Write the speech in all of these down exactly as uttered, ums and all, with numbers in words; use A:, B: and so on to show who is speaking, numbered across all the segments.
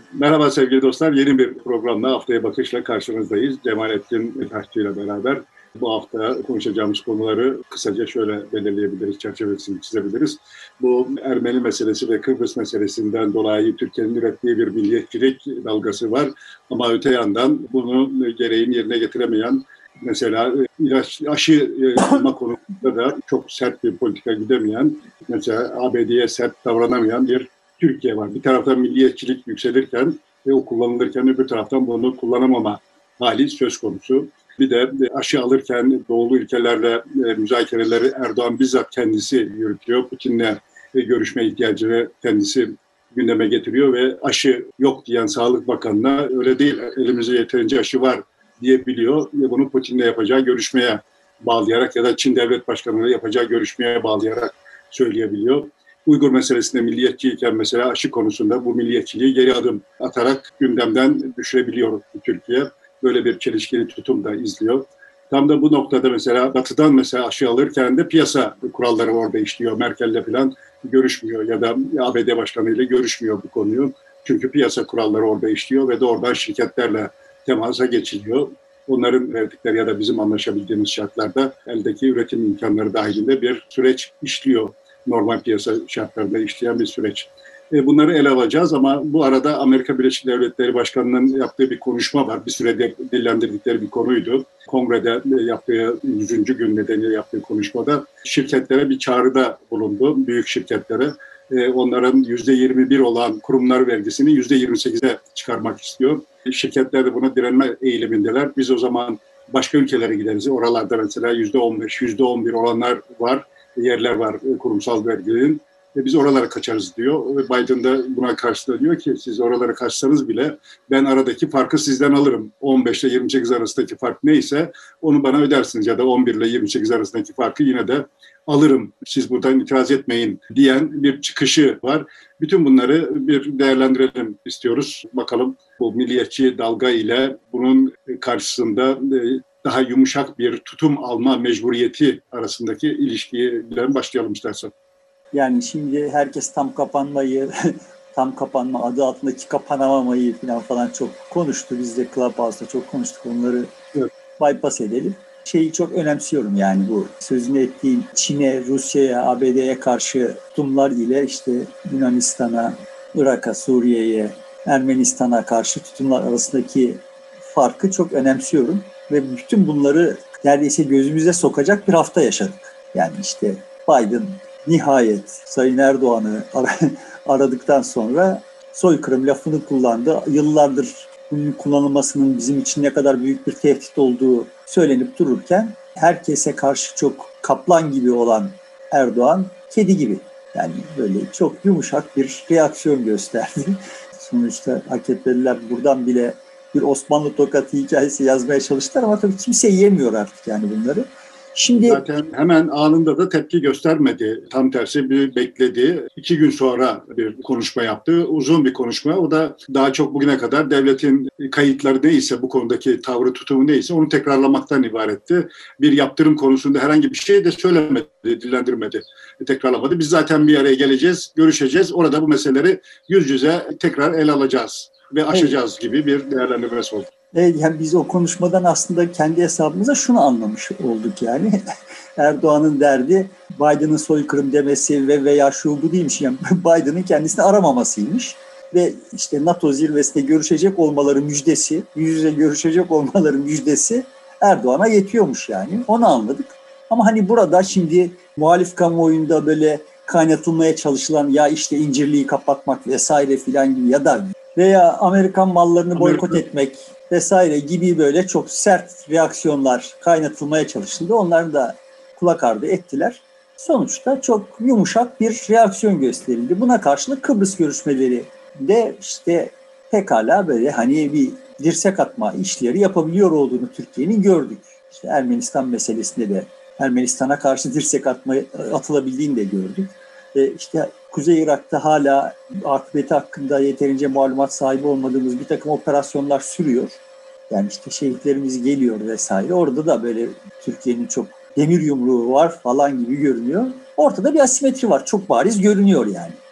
A: Merhaba sevgili dostlar, yeni bir programla Haftaya Bakış'la karşınızdayız. Cemalettin Taşçı ile beraber bu hafta konuşacağımız konuları kısaca şöyle belirleyebiliriz, çerçevesini çizebiliriz. Bu Ermeni meselesi ve Kıbrıs meselesinden dolayı Türkiye'nin ürettiği bir milliyetçilik dalgası var. Ama öte yandan bunu gereğini yerine getiremeyen, mesela ilaç, aşı alma konusunda da çok sert bir politika gidemeyen, mesela A B D'ye sert davranamayan bir Türkiye var. Bir taraftan milliyetçilik yükselirken ve o kullanılırken öbür taraftan bunu kullanamama hali söz konusu. Bir de aşı alırken doğulu ülkelerle müzakereleri Erdoğan bizzat kendisi yürütüyor. Putin'le görüşme ihtiyacını kendisi gündeme getiriyor ve aşı yok diyen Sağlık Bakanı'na öyle değil, elimizde yeterince aşı var diyebiliyor ve bunu Putin'le yapacağı görüşmeye bağlayarak ya da Çin Devlet Başkanı'yla yapacağı görüşmeye bağlayarak söyleyebiliyor. Uygur meselesinde milliyetçiyken mesela aşı konusunda bu milliyetçiliği geri adım atarak gündemden düşürebiliyor Türkiye. Böyle bir çelişkili tutum da izliyor. Tam da bu noktada mesela Batı'dan mesela aşı alırken de piyasa kuralları orada işliyor. Merkel'le falan görüşmüyor ya da A B D Başkanı ile görüşmüyor bu konuyu. Çünkü piyasa kuralları orada işliyor ve doğrudan şirketlerle temasa geçiliyor. Onların verdikleri ya da bizim anlaşabildiğimiz şartlarda eldeki üretim imkanları dahilinde bir süreç işliyor. Normal piyasa şartlarında işleyen bir süreç. Bunları ele alacağız ama bu arada Amerika Birleşik Devletleri Başkanı'nın yaptığı bir konuşma var. Bir süredir dillendirdikleri bir konuydu. Kongrede yaptığı yüzüncü gün nedeniyle yaptığı konuşmada şirketlere bir çağrıda bulundu. Büyük şirketlere. Onların yüzde yirmi bir olan kurumlar vergisini yüzde yirmi sekize çıkarmak istiyor. Şirketler de buna direnme eğilimindeler. Biz o zaman başka ülkelere gideriz. Oralarda mesela yüzde on beş, yüzde on bir olanlar var. Yerler var kurumsal vergilerin. E biz oralara kaçarız diyor. Ve Biden da buna karşı da diyor ki siz oralara kaçsanız bile ben aradaki farkı sizden alırım. on beş ile yirmi sekiz arasındaki fark neyse onu bana ödersiniz ya da on bir ile yirmi sekiz arasındaki farkı yine de alırım. Siz buradan itiraz etmeyin diyen bir çıkışı var. Bütün bunları bir değerlendirelim istiyoruz. Bakalım bu milliyetçi dalga ile bunun karşısında daha yumuşak bir tutum alma mecburiyeti arasındaki ilişkiyle başlayalım istersen.
B: Yani şimdi herkes tam kapanmayı, tam kapanma adı altındaki kapanamamayı falan falan çok konuştu. Biz de Clubhouse'da çok konuştuk. Onları evet. bypass edelim. Şeyi çok önemsiyorum yani bu sözünü ettiğim Çin'e, Rusya'ya, A B D'ye karşı tutumlar ile işte Yunanistan'a, Irak'a, Suriye'ye, Ermenistan'a karşı tutumlar arasındaki farkı çok önemsiyorum. Ve bütün bunları neredeyse gözümüze sokacak bir hafta yaşadık. Yani işte Biden nihayet Sayın Erdoğan'ı aradıktan sonra soykırım lafını kullandı. Yıllardır bunun kullanılmasının bizim için ne kadar büyük bir tehdit olduğu söylenip dururken herkese karşı çok kaplan gibi olan Erdoğan kedi gibi. Yani böyle çok yumuşak bir reaksiyon gösterdi. Sonuçta A K P'liler buradan bile bir Osmanlı tokatı hikayesi yazmaya çalıştılar ama tabii kimse yiyemiyor artık yani bunları.
A: Şimdi zaten hemen anında da tepki göstermedi. Tam tersi bir bekledi. İki gün sonra bir konuşma yaptı. Uzun bir konuşma. O da daha çok bugüne kadar devletin kayıtları neyse, bu konudaki tavrı tutumu neyse onu tekrarlamaktan ibaretti. Bir yaptırım konusunda herhangi bir şey de söylemedi, dillendirmedi, tekrarlamadı. Biz zaten bir araya geleceğiz, görüşeceğiz. Orada bu meseleleri yüz yüze tekrar ele alacağız ve aşacağız evet. gibi bir değerlendirmesi oldu.
B: Evet, yani biz o konuşmadan aslında kendi hesabımıza şunu anlamış olduk yani. Erdoğan'ın derdi Biden'ın soykırım demesi ve veya şu bu değilmiş. Yani Biden'ın kendisini aramamasıymış. Ve işte NATO zirvesinde görüşecek olmaları müjdesi, yüz yüze görüşecek olmaları müjdesi Erdoğan'a yetiyormuş yani. Onu anladık. Ama hani burada şimdi muhalif kamuoyunda böyle kaynatılmaya çalışılan ya işte incirliği kapatmak vesaire filan gibi ya da veya Amerikan mallarını boykot Amerika. etmek vesaire gibi böyle çok sert reaksiyonlar kaynatılmaya çalışıldı. Onların da kulak ardı ettiler. Sonuçta çok yumuşak bir reaksiyon gösterildi. Buna karşılık Kıbrıs görüşmeleri de işte pekala böyle hani bir dirsek atma işleri yapabiliyor olduğunu Türkiye'nin gördük. İşte Ermenistan meselesinde de Ermenistan'a karşı dirsek atma atılabildiğini de gördük. Ve işte Kuzey Irak'ta hala akıbeti hakkında yeterince malumat sahibi olmadığımız bir takım operasyonlar sürüyor. Yani işte şehitlerimiz geliyor vesaire. Orada da böyle Türkiye'nin çok demir yumruğu var falan gibi görünüyor. Ortada bir asimetri var. Çok bariz görünüyor yani.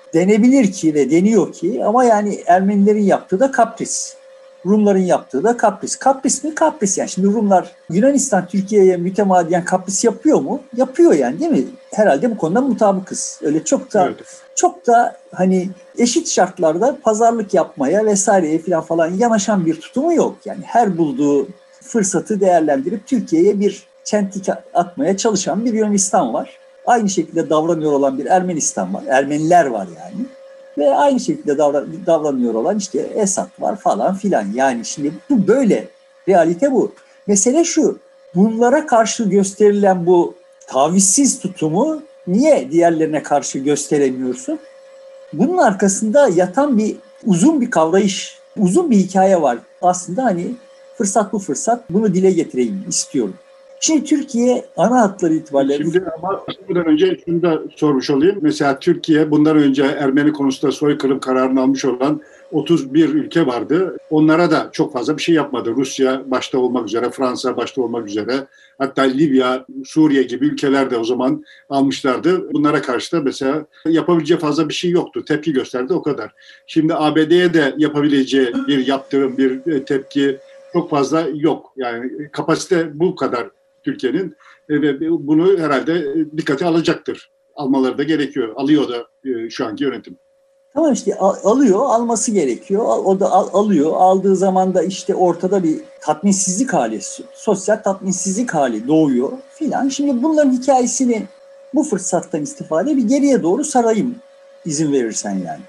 B: denebilir ki ve deniyor ki ama yani Ermenilerin yaptığı da kapris. Rumların yaptığı da kapris. Kapris mi? Kapris yani. Şimdi Rumlar Yunanistan Türkiye'ye mütemadiyen kapris yapıyor mu? Yapıyor yani değil mi? Herhalde bu konuda mutabıkız. Öyle çok da evet. çok da hani eşit şartlarda pazarlık yapmaya vesaireye falan falan yanaşan bir tutumu yok. Yani her bulduğu fırsatı değerlendirip Türkiye'ye bir çentik atmaya çalışan bir Yunanistan var. Aynı şekilde davranıyor olan bir Ermenistan var. Ermeniler var yani. Ve aynı şekilde davranıyor olan işte Esad var falan filan. Yani şimdi bu böyle. Realite bu. Mesele şu. Bunlara karşı gösterilen bu tavizsiz tutumu niye diğerlerine karşı gösteremiyorsun? Bunun arkasında yatan bir uzun bir kavrayış, uzun bir hikaye var. Aslında hani fırsat bu fırsat. Bunu dile getireyim istiyorum. Şimdi Türkiye ana hatları itibariyle...
A: Şimdi ama bundan önce şunu da sormuş olayım. Mesela Türkiye bundan önce Ermeni konusunda soykırım kararını almış olan otuz bir ülke vardı. Onlara da çok fazla bir şey yapmadı. Rusya başta olmak üzere, Fransa başta olmak üzere. Hatta Libya, Suriye gibi ülkeler de o zaman almışlardı. Bunlara karşı da mesela yapabileceği fazla bir şey yoktu. Tepki gösterdi o kadar. Şimdi A B D'ye de yapabileceği bir yaptırım, bir tepki çok fazla yok. Yani kapasite bu kadar Türkiye'nin ve bunu herhalde dikkate alacaktır. Almaları da gerekiyor. Alıyor da şu anki yönetim.
B: Tamam işte alıyor, alması gerekiyor. O da al, alıyor. Aldığı zaman da işte ortada bir tatminsizlik hali, sosyal tatminsizlik hali doğuyor filan. Şimdi bunların hikayesini bu fırsattan istifade bir geriye doğru sarayım izin verirsen yani.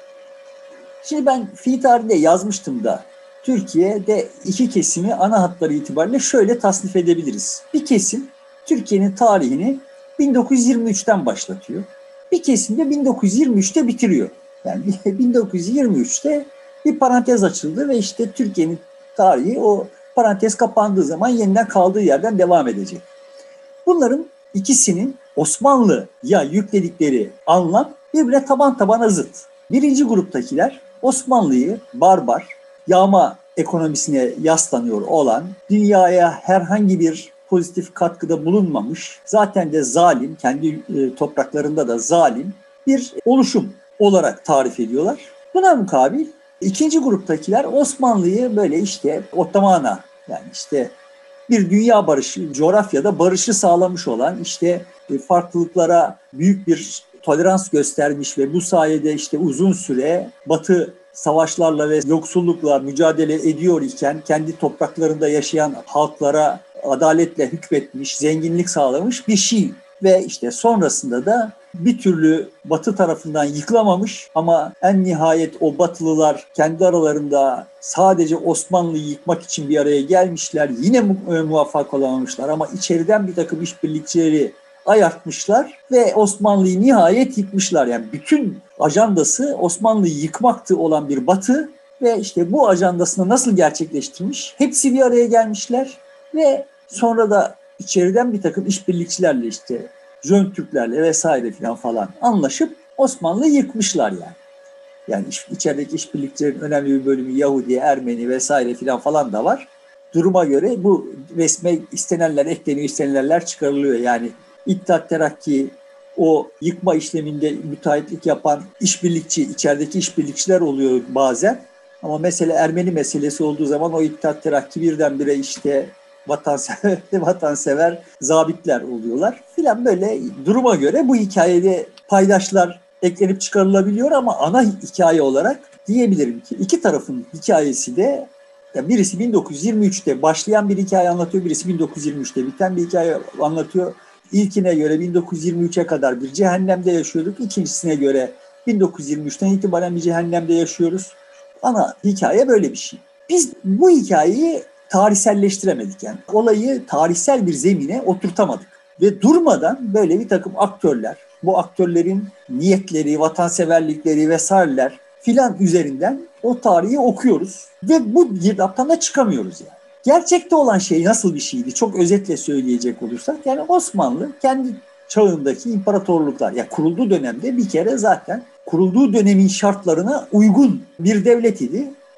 B: Şimdi ben fiil tarihinde yazmıştım da Türkiye'de iki kesimi ana hatları itibariyle şöyle tasnif edebiliriz. Bir kesim Türkiye'nin tarihini bin dokuz yüz yirmi üçten başlatıyor. Bir kesim de bin dokuz yüz yirmi üçte bitiriyor. Yani bin dokuz yüz yirmi üçte bir parantez açıldı ve işte Türkiye'nin tarihi o parantez kapandığı zaman yeniden kaldığı yerden devam edecek. Bunların ikisinin Osmanlı'ya yükledikleri anlam birbirine taban tabana zıt. Birinci gruptakiler Osmanlı'yı barbar, yağma ekonomisine yaslanıyor olan, dünyaya herhangi bir pozitif katkıda bulunmamış, zaten de zalim, kendi e, topraklarında da zalim bir oluşum olarak tarif ediyorlar. Buna mukabil ikinci gruptakiler Osmanlı'yı böyle işte Ottoman'a, yani işte bir dünya barışı, coğrafyada barışı sağlamış olan, işte farklılıklara büyük bir tolerans göstermiş ve bu sayede işte uzun süre Batı savaşlarla ve yoksullukla mücadele ediyor iken kendi topraklarında yaşayan halklara adaletle hükmetmiş, zenginlik sağlamış bir şey. Ve işte sonrasında da bir türlü Batı tarafından yıkılamamış ama en nihayet o Batılılar kendi aralarında sadece Osmanlı'yı yıkmak için bir araya gelmişler. Yine mu- muvaffak olamamışlar ama içeriden bir takım işbirlikçileri ayartmışlar ve Osmanlı'yı nihayet yıkmışlar. Yani bütün ajandası Osmanlı'yı yıkmaktı olan bir Batı ve işte bu ajandasını nasıl gerçekleştirmiş? Hepsi bir araya gelmişler ve sonra da içeriden bir takım işbirlikçilerle işte Jön Türklerle vesaire falan falan anlaşıp Osmanlı'yı yıkmışlar yani. Yani iç, içerideki işbirlikçilerin önemli bir bölümü Yahudi, Ermeni vesaire falan falan da var. Duruma göre bu resme istenenler ekleniyor, istenenler çıkarılıyor. Yani İttihat Terakki o yıkma işleminde müteahhitlik yapan işbirlikçi, içerideki işbirlikçiler oluyor bazen. Ama mesele Ermeni meselesi olduğu zaman o İttihat Terakki birdenbire işte vatansever, vatansever zabitler oluyorlar filan, böyle duruma göre bu hikayede paydaşlar eklenip çıkarılabiliyor ama ana hikaye olarak diyebilirim ki iki tarafın hikayesi de, ya birisi bin dokuz yüz yirmi üçte başlayan bir hikaye anlatıyor, birisi bin dokuz yüz yirmi üçte biten bir hikaye anlatıyor. İlkine göre bin dokuz yüz yirmi üçe kadar bir cehennemde yaşıyorduk. İkincisine göre bin dokuz yüz yirmi üçten itibaren bir cehennemde yaşıyoruz. Ana hikaye böyle bir şey. Biz bu hikayeyi tarihselleştiremedik yani. Olayı tarihsel bir zemine oturtamadık. Ve durmadan böyle bir takım aktörler, bu aktörlerin niyetleri, vatanseverlikleri vesaireler filan üzerinden o tarihi okuyoruz. Ve bu girdaptan da çıkamıyoruz yani. Gerçekte olan şey nasıl bir şeydi? Çok özetle söyleyecek olursak, yani Osmanlı kendi çağındaki imparatorluklar, ya kurulduğu dönemde bir kere zaten kurulduğu dönemin şartlarına uygun bir devlet idi.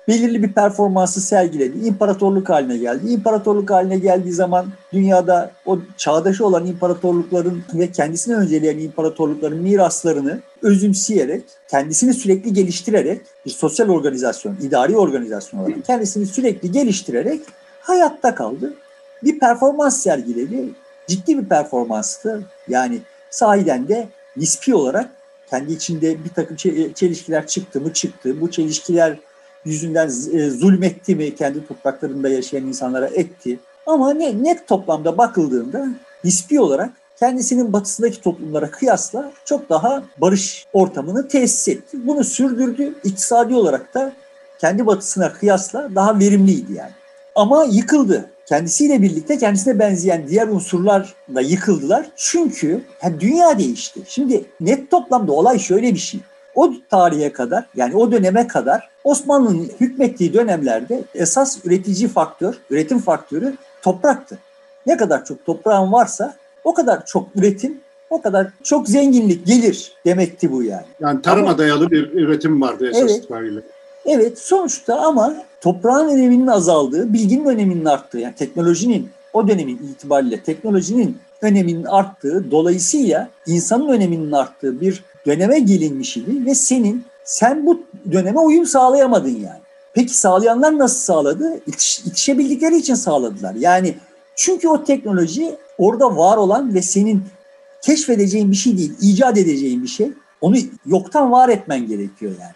B: belirli bir performansı sergiledi. İmparatorluk haline geldi. İmparatorluk haline geldiği zaman dünyada o çağdaşı olan imparatorlukların ve kendisini önceleyen imparatorlukların miraslarını özümseyerek, kendisini sürekli geliştirerek, bir sosyal organizasyon, idari organizasyon olarak kendisini sürekli geliştirerek hayatta kaldı. Bir performans sergiledi. Ciddi bir performanstı. Yani sahiden de nispi olarak kendi içinde bir takım çelişkiler çıktı mı çıktı. Bu çelişkiler yüzünden zulmetti mi kendi topraklarında yaşayan insanlara etti. Ama ne, net toplamda bakıldığında nispi olarak kendisinin batısındaki toplumlara kıyasla çok daha barış ortamını tesis etti. Bunu sürdürdü. İktisadi olarak da kendi batısına kıyasla daha verimliydi yani. Ama yıkıldı. Kendisiyle birlikte kendisine benzeyen diğer unsurlar da yıkıldılar. Çünkü yani dünya değişti. Şimdi net toplamda olay şöyle bir şey. O tarihe kadar, yani o döneme kadar Osmanlı'nın hükmettiği dönemlerde esas üretici faktör, üretim faktörü topraktı. Ne kadar çok toprağın varsa o kadar çok üretim, o kadar çok zenginlik gelir demekti bu yani.
A: Yani tarıma ama, dayalı bir üretim vardı esas
B: evet,
A: itibariyle.
B: Evet, sonuçta ama toprağın öneminin azaldığı, bilginin öneminin arttığı, yani teknolojinin o dönemin itibariyle teknolojinin öneminin arttığı, dolayısıyla insanın öneminin arttığı bir döneme gelinmiş idi ve senin, sen bu döneme uyum sağlayamadın yani. Peki sağlayanlar nasıl sağladı? İtiş, itişebildikleri için sağladılar. Yani çünkü o teknoloji orada var olan ve senin keşfedeceğin bir şey değil, icat edeceğin bir şey. Onu yoktan var etmen gerekiyor yani.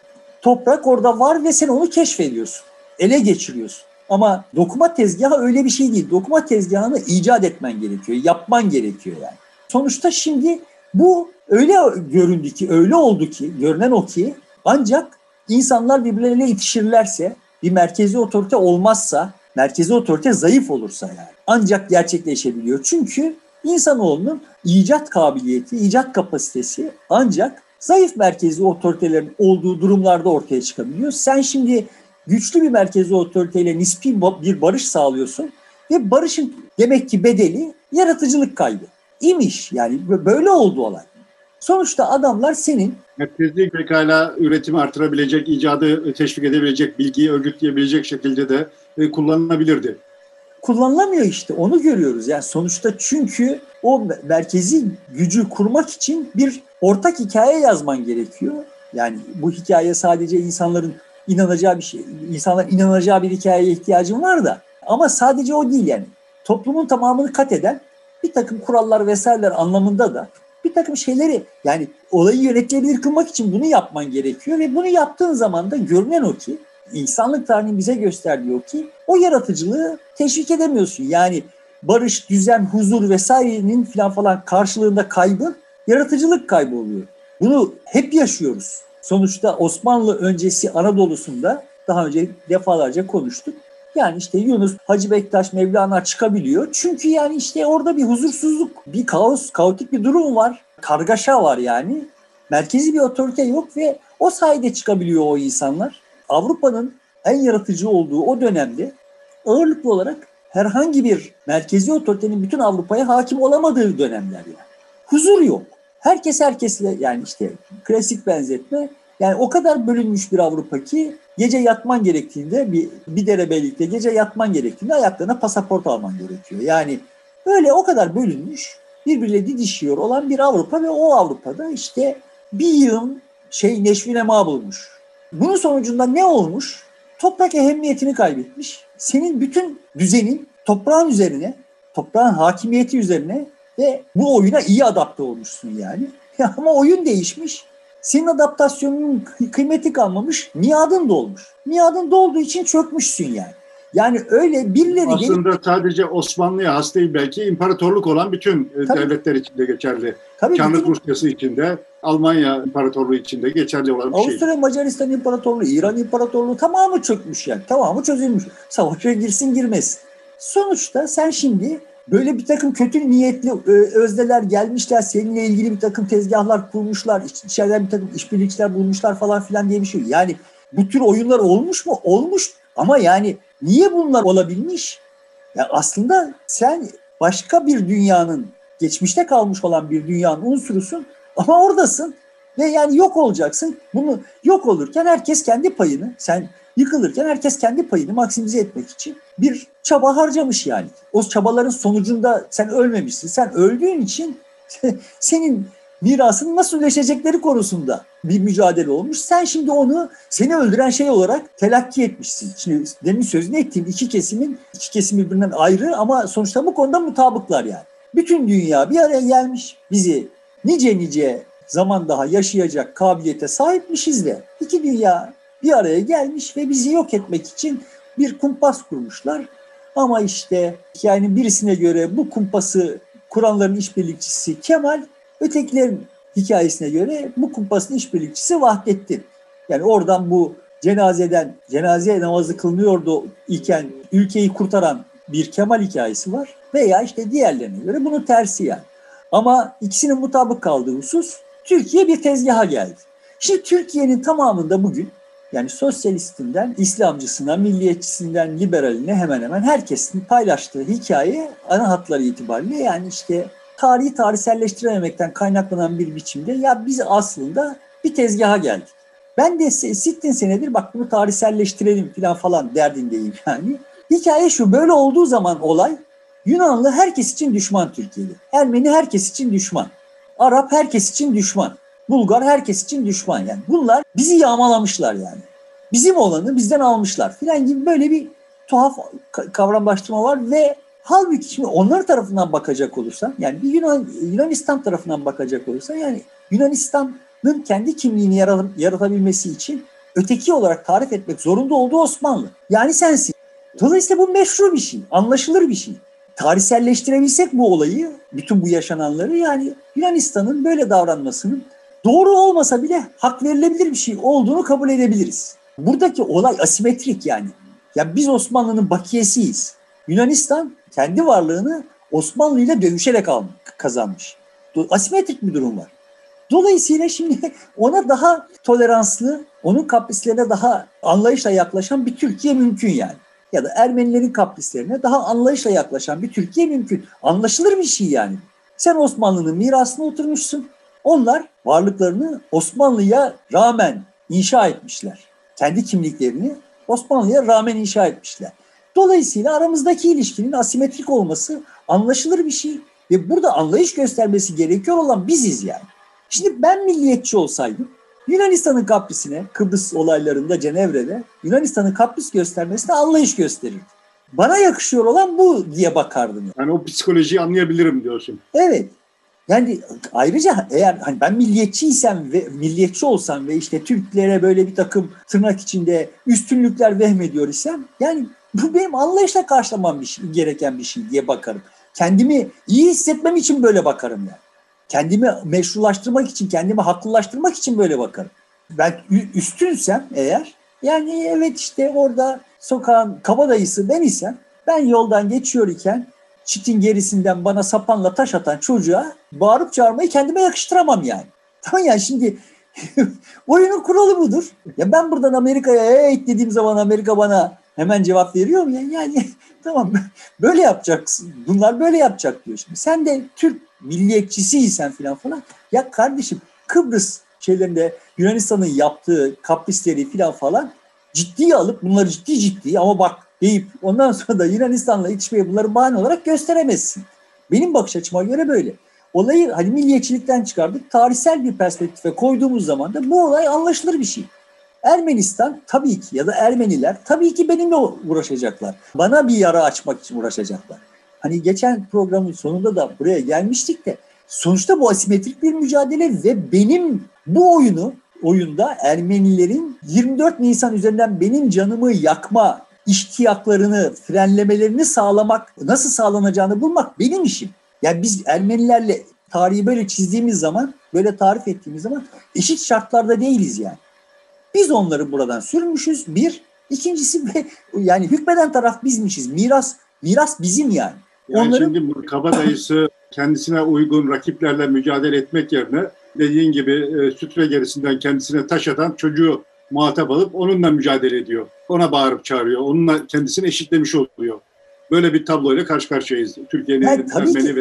B: Toprak orada var ve sen onu keşfediyorsun. Ele geçiriyorsun. Ama dokuma tezgahı öyle bir şey değil. Dokuma tezgahını icat etmen gerekiyor. Yapman gerekiyor yani. Sonuçta şimdi bu öyle göründü ki, öyle oldu ki, görünen o ki ancak insanlar birbirleriyle itişirlerse, bir merkezi otorite olmazsa, merkezi otorite zayıf olursa yani ancak gerçekleşebiliyor. Çünkü insanoğlunun icat kabiliyeti, icat kapasitesi ancak zayıf merkezi otoritelerin olduğu durumlarda ortaya çıkabiliyor. Sen şimdi güçlü bir merkezi otoriteyle nispi bir barış sağlıyorsun ve barışın demek ki bedeli yaratıcılık kaybı. İmiş yani böyle oldu olay. Sonuçta adamlar senin
A: merkezli pekala üretimi artırabilecek, icadı teşvik edebilecek, bilgiyi örgütleyebilecek şekilde de kullanılabilirdi.
B: Kullanılamıyor işte, onu görüyoruz. Yani sonuçta çünkü o merkezi gücü kurmak için bir ortak hikaye yazman gerekiyor. Yani bu hikaye sadece insanların inanacağı bir şey, insanların inanacağı bir hikayeye ihtiyacın var da ama sadece o değil yani. Toplumun tamamını kat eden bir takım kurallar vesaireler anlamında da bir takım şeyleri, yani olayı yönetilebilir kılmak için bunu yapman gerekiyor ve bunu yaptığın zaman da görünen o ki, insanlık tarihinin bize gösterdiği o ki o yaratıcılığı teşvik edemiyorsun. Yani barış, düzen, huzur vesairenin falan falan karşılığında kaybı, yaratıcılık kaybı oluyor. Bunu hep yaşıyoruz. Sonuçta Osmanlı öncesi Anadolu'sunda daha önce defalarca konuştuk. Yani işte Yunus, Hacı Bektaş, Mevlana çıkabiliyor. Çünkü yani işte orada bir huzursuzluk, bir kaos, kaotik bir durum var. Kargaşa var yani. Merkezi bir otorite yok ve o sayede çıkabiliyor o insanlar. Avrupa'nın en yaratıcı olduğu o dönemde ağırlıklı olarak herhangi bir merkezi otoritenin bütün Avrupa'ya hakim olamadığı dönemler yani. Huzur yok. Herkes herkesle, yani işte klasik benzetme, yani o kadar bölünmüş bir Avrupa ki gece yatman gerektiğinde bir, bir derebeylikte gece yatman gerektiğinde ayaklarına pasaport alman gerekiyor. Yani böyle o kadar bölünmüş, birbiriyle didişiyor olan bir Avrupa ve o Avrupa'da işte bir yığın şey neşvinema bulmuş. Bunun sonucunda ne olmuş? Toprak ehemmiyetini kaybetmiş. Senin bütün düzenin toprağın üzerine, toprağın hakimiyeti üzerine ve bu oyuna iyi adapte olmuşsun yani. Ama oyun değişmiş. Senin adaptasyonunun kıymeti kalmamış, miadın dolmuş. Miadın dolduğu için çökmüşsün yani. Yani öyle birileri
A: aslında
B: gelip...
A: sadece Osmanlı'ya has değil, belki imparatorluk olan bütün tabii, devletler için de geçerli. Çarlık bütün... Rusyası için de, Almanya İmparatorluğu için de geçerli olan bir şey.
B: Avusturya, Macaristan İmparatorluğu, İran İmparatorluğu tamamı çökmüş yani. Tamamı çözülmüş. Savaşa girsin girmez. Sonuçta sen şimdi böyle bir takım kötü niyetli özneler gelmişler, seninle ilgili bir takım tezgahlar kurmuşlar, içeriden bir takım işbirlikçiler bulmuşlar falan filan diye bir şey. Yani bu tür oyunlar olmuş mu? Olmuş. Ama yani niye bunlar olabilmiş? Ya aslında sen başka bir dünyanın, geçmişte kalmış olan bir dünyanın unsurusun ama oradasın. Ve yani yok olacaksın. Bunu yok olurken herkes kendi payını, sen yıkılırken herkes kendi payını maksimize etmek için bir çaba harcamış yani. O çabaların sonucunda sen ölmemişsin. Sen öldüğün için senin mirasının nasıl üleşecekleri konusunda bir mücadele olmuş. Sen şimdi onu seni öldüren şey olarak telakki etmişsin. Şimdi demin sözünü ettiğim iki kesimin, iki kesim birbirinden ayrı ama sonuçta bu konuda mutabıklar yani. Bütün dünya bir araya gelmiş, bizi nice nice zaman daha yaşayacak kabiliyete sahipmişiz de iki dünya bir araya gelmiş ve bizi yok etmek için bir kumpas kurmuşlar. Ama işte yani birisine göre bu kumpası kuranların işbirlikçisi Kemal, ötekilerin hikayesine göre bu kumpasın işbirlikçisi Vahdettin. Yani oradan bu cenazeden, cenaze namazı kılınıyordu iken ülkeyi kurtaran bir Kemal hikayesi var. Veya işte diğerlerine göre bunun tersi yani. Ama ikisinin mutabık kaldığı husus, Türkiye bir tezgaha geldi. Şimdi Türkiye'nin tamamında bugün yani sosyalistinden, İslamcısına, milliyetçisinden, liberaline hemen hemen herkesin paylaştığı hikaye ana hatları itibariyle yani işte tarihi tarihselleştirememekten kaynaklanan bir biçimde ya biz aslında bir tezgaha geldik. Ben de sittin senedir bak bunu tarihselleştirelim falan falan derdindeyim yani. Hikaye şu, böyle olduğu zaman olay Yunanlı herkes için düşman Türkiye'de. Ermeni herkes için düşman. Arap herkes için düşman. Bulgar herkes için düşman yani. Bunlar bizi yağmalamışlar yani. Bizim olanı bizden almışlar filan gibi böyle bir tuhaf kavramlaştırma var ve halbuki şimdi onlar tarafından bakacak olursan yani bir Yunan, Yunanistan tarafından bakacak olursan yani Yunanistan'ın kendi kimliğini yaratabilmesi için öteki olarak tarif etmek zorunda olduğu Osmanlı. Yani sensin. Dolayısıyla bu meşru bir şey, anlaşılır bir şey. Tarihselleştirebilsek bu olayı, bütün bu yaşananları yani Yunanistan'ın böyle davranmasının doğru olmasa bile hak verilebilir bir şey olduğunu kabul edebiliriz. Buradaki olay asimetrik yani. Ya biz Osmanlı'nın bakiyesiyiz. Yunanistan kendi varlığını Osmanlı ile dövüşerek kazanmış. Asimetrik bir durum var. Dolayısıyla şimdi ona daha toleranslı, onun kaprislerine daha anlayışla yaklaşan bir Türkiye mümkün yani. Ya da Ermenilerin kaprislerine daha anlayışla yaklaşan bir Türkiye mümkün. Anlaşılır bir şey yani. Sen Osmanlı'nın mirasına oturmuşsun. Onlar varlıklarını Osmanlı'ya rağmen inşa etmişler. Kendi kimliklerini Osmanlı'ya rağmen inşa etmişler. Dolayısıyla aramızdaki ilişkinin asimetrik olması anlaşılır bir şey. Ve burada anlayış göstermesi gerekiyor olan biziz yani. Şimdi ben milliyetçi olsaydım Yunanistan'ın kaprisine, Kıbrıs olaylarında Cenevre'de Yunanistan'ın kapris göstermesine anlayış gösterirdim. Bana yakışıyor olan bu diye bakardım.
A: Yani o psikolojiyi anlayabilirim diyorsun.
B: Evet. Yani ayrıca eğer hani ben milliyetçiysem ve milliyetçi olsam ve işte Türklere böyle bir takım tırnak içinde üstünlükler vehmediyor isem yani bu benim anlayışla karşılamam bir şey, gereken bir şey diye bakarım. Kendimi iyi hissetmem için böyle bakarım yani. Kendimi meşrulaştırmak için, kendimi haklılaştırmak için böyle bakarım. Ben üstünsem eğer, yani evet işte orada sokağın kabadayısı ben isem, ben yoldan geçiyor iken çitin gerisinden bana sapanla taş atan çocuğa bağırıp çağırmayı kendime yakıştıramam yani. Tamam yani şimdi oyunun kuralı budur. Ya ben buradan Amerika'ya hey dediğim zaman Amerika bana hemen cevap veriyor mu? Yani, yani tamam böyle yapacaksın. Bunlar böyle yapacak diyor şimdi. Sen de Türk milliyetçisiysen filan falan. Ya kardeşim Kıbrıs şeylerinde Yunanistan'ın yaptığı kaprisleri filan falan ciddiye alıp bunları ciddi ciddi ama bak deyip ondan sonra da Yunanistan'la itişmeyi bunları bahane olarak gösteremezsin. Benim bakış açıma göre böyle. Olayı hani milliyetçilikten çıkardık. Tarihsel bir perspektife koyduğumuz zaman da bu olay anlaşılır bir şey. Ermenistan tabii ki ya da Ermeniler tabii ki benimle uğraşacaklar. Bana bir yara açmak için uğraşacaklar. Hani geçen programın sonunda da buraya gelmiştik de sonuçta bu asimetrik bir mücadele ve benim bu oyunu oyunda Ermenilerin yirmi dört Nisan üzerinden benim canımı yakma iştiyaklarını, frenlemelerini sağlamak, nasıl sağlanacağını bulmak benim işim. Yani biz Ermenilerle tarihi böyle çizdiğimiz zaman, böyle tarif ettiğimiz zaman eşit şartlarda değiliz yani. Biz onları buradan sürmüşüz. Bir. İkincisi yani hükmeden taraf bizmişiz. Miras miras bizim yani.
A: Yani
B: Onların...
A: şimdi bu kabadayısı kendisine uygun rakiplerle mücadele etmek yerine dediğin gibi e, sütre gerisinden kendisine taş atan çocuğu muhatap alıp onunla mücadele ediyor. Ona bağırıp çağırıyor. Onunla kendisini eşitlemiş oluyor. Böyle bir tabloyla karşı karşıyayız. Türkiye'nin
B: yani,
A: Ermeni ve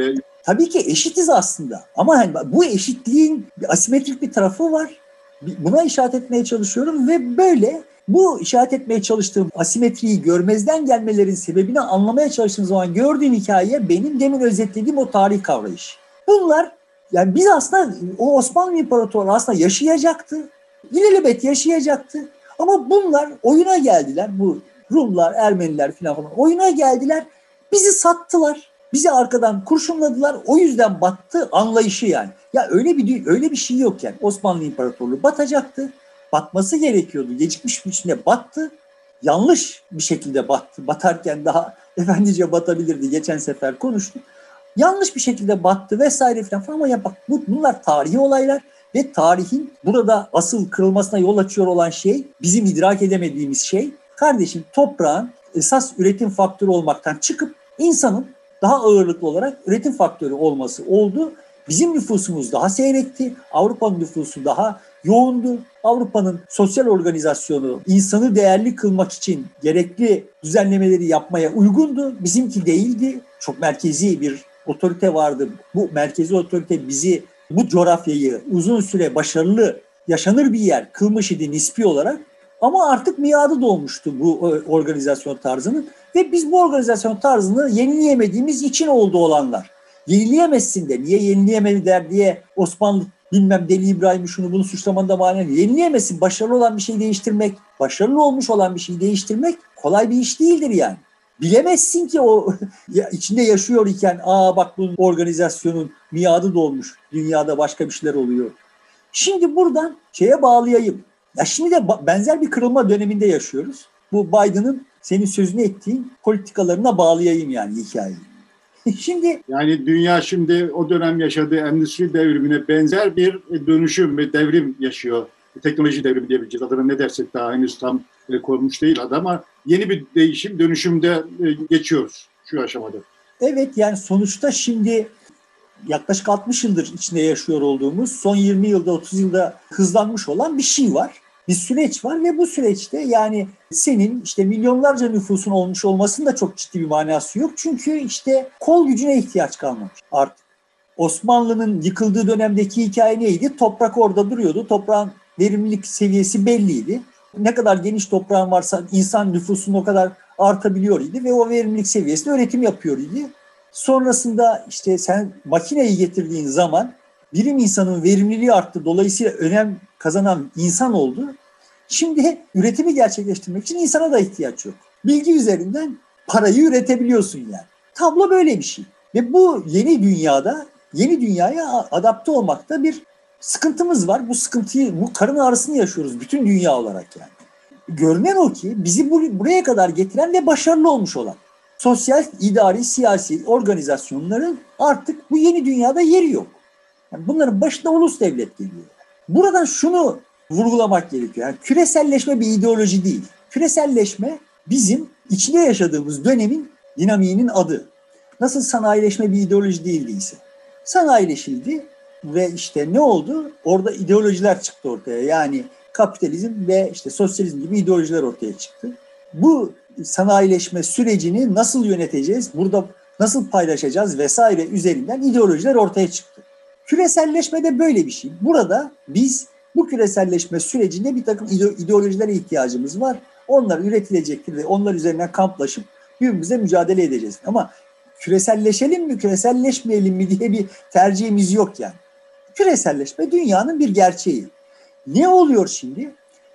B: Tabii ki eşitiz aslında ama hani bu eşitliğin bir asimetrik bir tarafı var. Buna işaret etmeye çalışıyorum ve böyle bu işaret etmeye çalıştığım asimetriyi görmezden gelmelerin sebebini anlamaya çalıştığım zaman gördüğüm hikaye benim demin özetlediğim o tarih kavrayışı. Bunlar yani biz aslında o Osmanlı İmparatorluğu aslında yaşayacaktı. İlelebet yaşayacaktı. Ama bunlar oyuna geldiler. Bu Rumlar, Ermeniler falan falan oyuna geldiler. Bizi sattılar. Bizi arkadan kurşunladılar. O yüzden battı anlayışı yani. Ya öyle bir öyle bir şey yok yani. Osmanlı İmparatorluğu batacaktı. Batması gerekiyordu. Gecikmiş bir biçimde battı. Yanlış bir şekilde battı. Batarken daha efendice batabilirdi. Geçen sefer konuştuk. Yanlış bir şekilde battı vesaire falan. Ama ya bak bu, bunlar tarihi olaylar ve tarihin burada asıl kırılmasına yol açıyor olan şey, bizim idrak edemediğimiz şey, kardeşim toprağın esas üretim faktörü olmaktan çıkıp insanın daha ağırlıklı olarak üretim faktörü olması oldu. Bizim nüfusumuz daha seyrekti. Avrupa'nın nüfusu daha yoğundu. Avrupa'nın sosyal organizasyonu insanı değerli kılmak için gerekli düzenlemeleri yapmaya uygundu. Bizimki değildi. Çok merkezi bir otorite vardı. Bu merkezi otorite bizi, bu coğrafyayı uzun süre başarılı, yaşanır bir yer kılmış idi nispi olarak. Ama artık miadı dolmuştu bu organizasyon tarzının. Ve biz bu organizasyon tarzını yenileyemediğimiz için oldu olanlar. Yenileyemezsin de niye yenileyemediler diye Osmanlı bilmem Deli İbrahim'i şunu bunu suçlamanda mani. Yenileyemezsin. Başarılı olan bir şeyi değiştirmek, başarılı olmuş olan bir şeyi değiştirmek kolay bir iş değildir yani. Bilemezsin ki o içinde yaşıyor iken aa bak bu organizasyonun miadı dolmuş. Dünyada başka bir şeyler oluyor. Şimdi buradan şeye bağlayayım. Ya şimdi de benzer bir kırılma döneminde yaşıyoruz. Bu Biden'ın senin sözünü ettiğin politikalarına bağlayayım yani hikayeyi. Şimdi
A: yani dünya şimdi o dönem yaşadığı endüstri devrimine benzer bir dönüşüm ve devrim yaşıyor. Teknoloji devrimi diyebileceğiz. Adına ne dersek daha henüz tam konmuş değil adı ama yeni bir değişim, dönüşümde geçiyoruz şu aşamada.
B: Evet yani sonuçta şimdi yaklaşık altmış yıldır içinde yaşıyor olduğumuz, son yirmi yılda otuz yılda hızlanmış olan bir şey var. Bir süreç var ve bu süreçte yani senin işte milyonlarca nüfusun olmuş olmasının da çok ciddi bir manası yok. Çünkü işte kol gücüne ihtiyaç kalmamış artık. Osmanlı'nın yıkıldığı dönemdeki hikaye neydi? Toprak orada duruyordu. Toprağın verimlilik seviyesi belliydi. Ne kadar geniş toprağın varsa insan nüfusunun o kadar artabiliyor idi ve o verimlilik seviyesinde üretim yapıyor idi. Sonrasında işte sen makineyi getirdiğin zaman bilim insanın verimliliği arttı. Dolayısıyla önem kazanan insan oldu. Şimdi üretimi gerçekleştirmek için insana da ihtiyaç yok. Bilgi üzerinden parayı üretebiliyorsun yani. Tablo böyle bir şey. Ve bu yeni dünyada, yeni dünyaya adapte olmakta bir sıkıntımız var. Bu sıkıntıyı, bu karın ağrısını yaşıyoruz bütün dünya olarak yani. Görünen o ki bizi buraya kadar getiren ve başarılı olmuş olan sosyal, idari, siyasi organizasyonların artık bu yeni dünyada yeri yok. Yani bunların başında ulus devlet geliyor. Buradan şunu vurgulamak gerekiyor. Yani küreselleşme bir ideoloji değil. Küreselleşme bizim içinde yaşadığımız dönemin dinamiğinin adı. Nasıl sanayileşme bir ideoloji değildiyse. Sanayileşildi ve işte ne oldu? Orada ideolojiler çıktı ortaya. Yani kapitalizm ve işte sosyalizm gibi ideolojiler ortaya çıktı. Bu sanayileşme sürecini nasıl yöneteceğiz, burada nasıl paylaşacağız vesaire üzerinden ideolojiler ortaya çıktı. Küreselleşme de böyle bir şey. Burada biz bu küreselleşme sürecinde bir takım ideolojilere ihtiyacımız var. Onlar üretilecektir ve onlar üzerinden kamplaşıp birbirimize mücadele edeceğiz. Ama küreselleşelim mi, küreselleşmeyelim mi diye bir tercihimiz yok yani. Küreselleşme dünyanın bir gerçeği. Ne oluyor şimdi?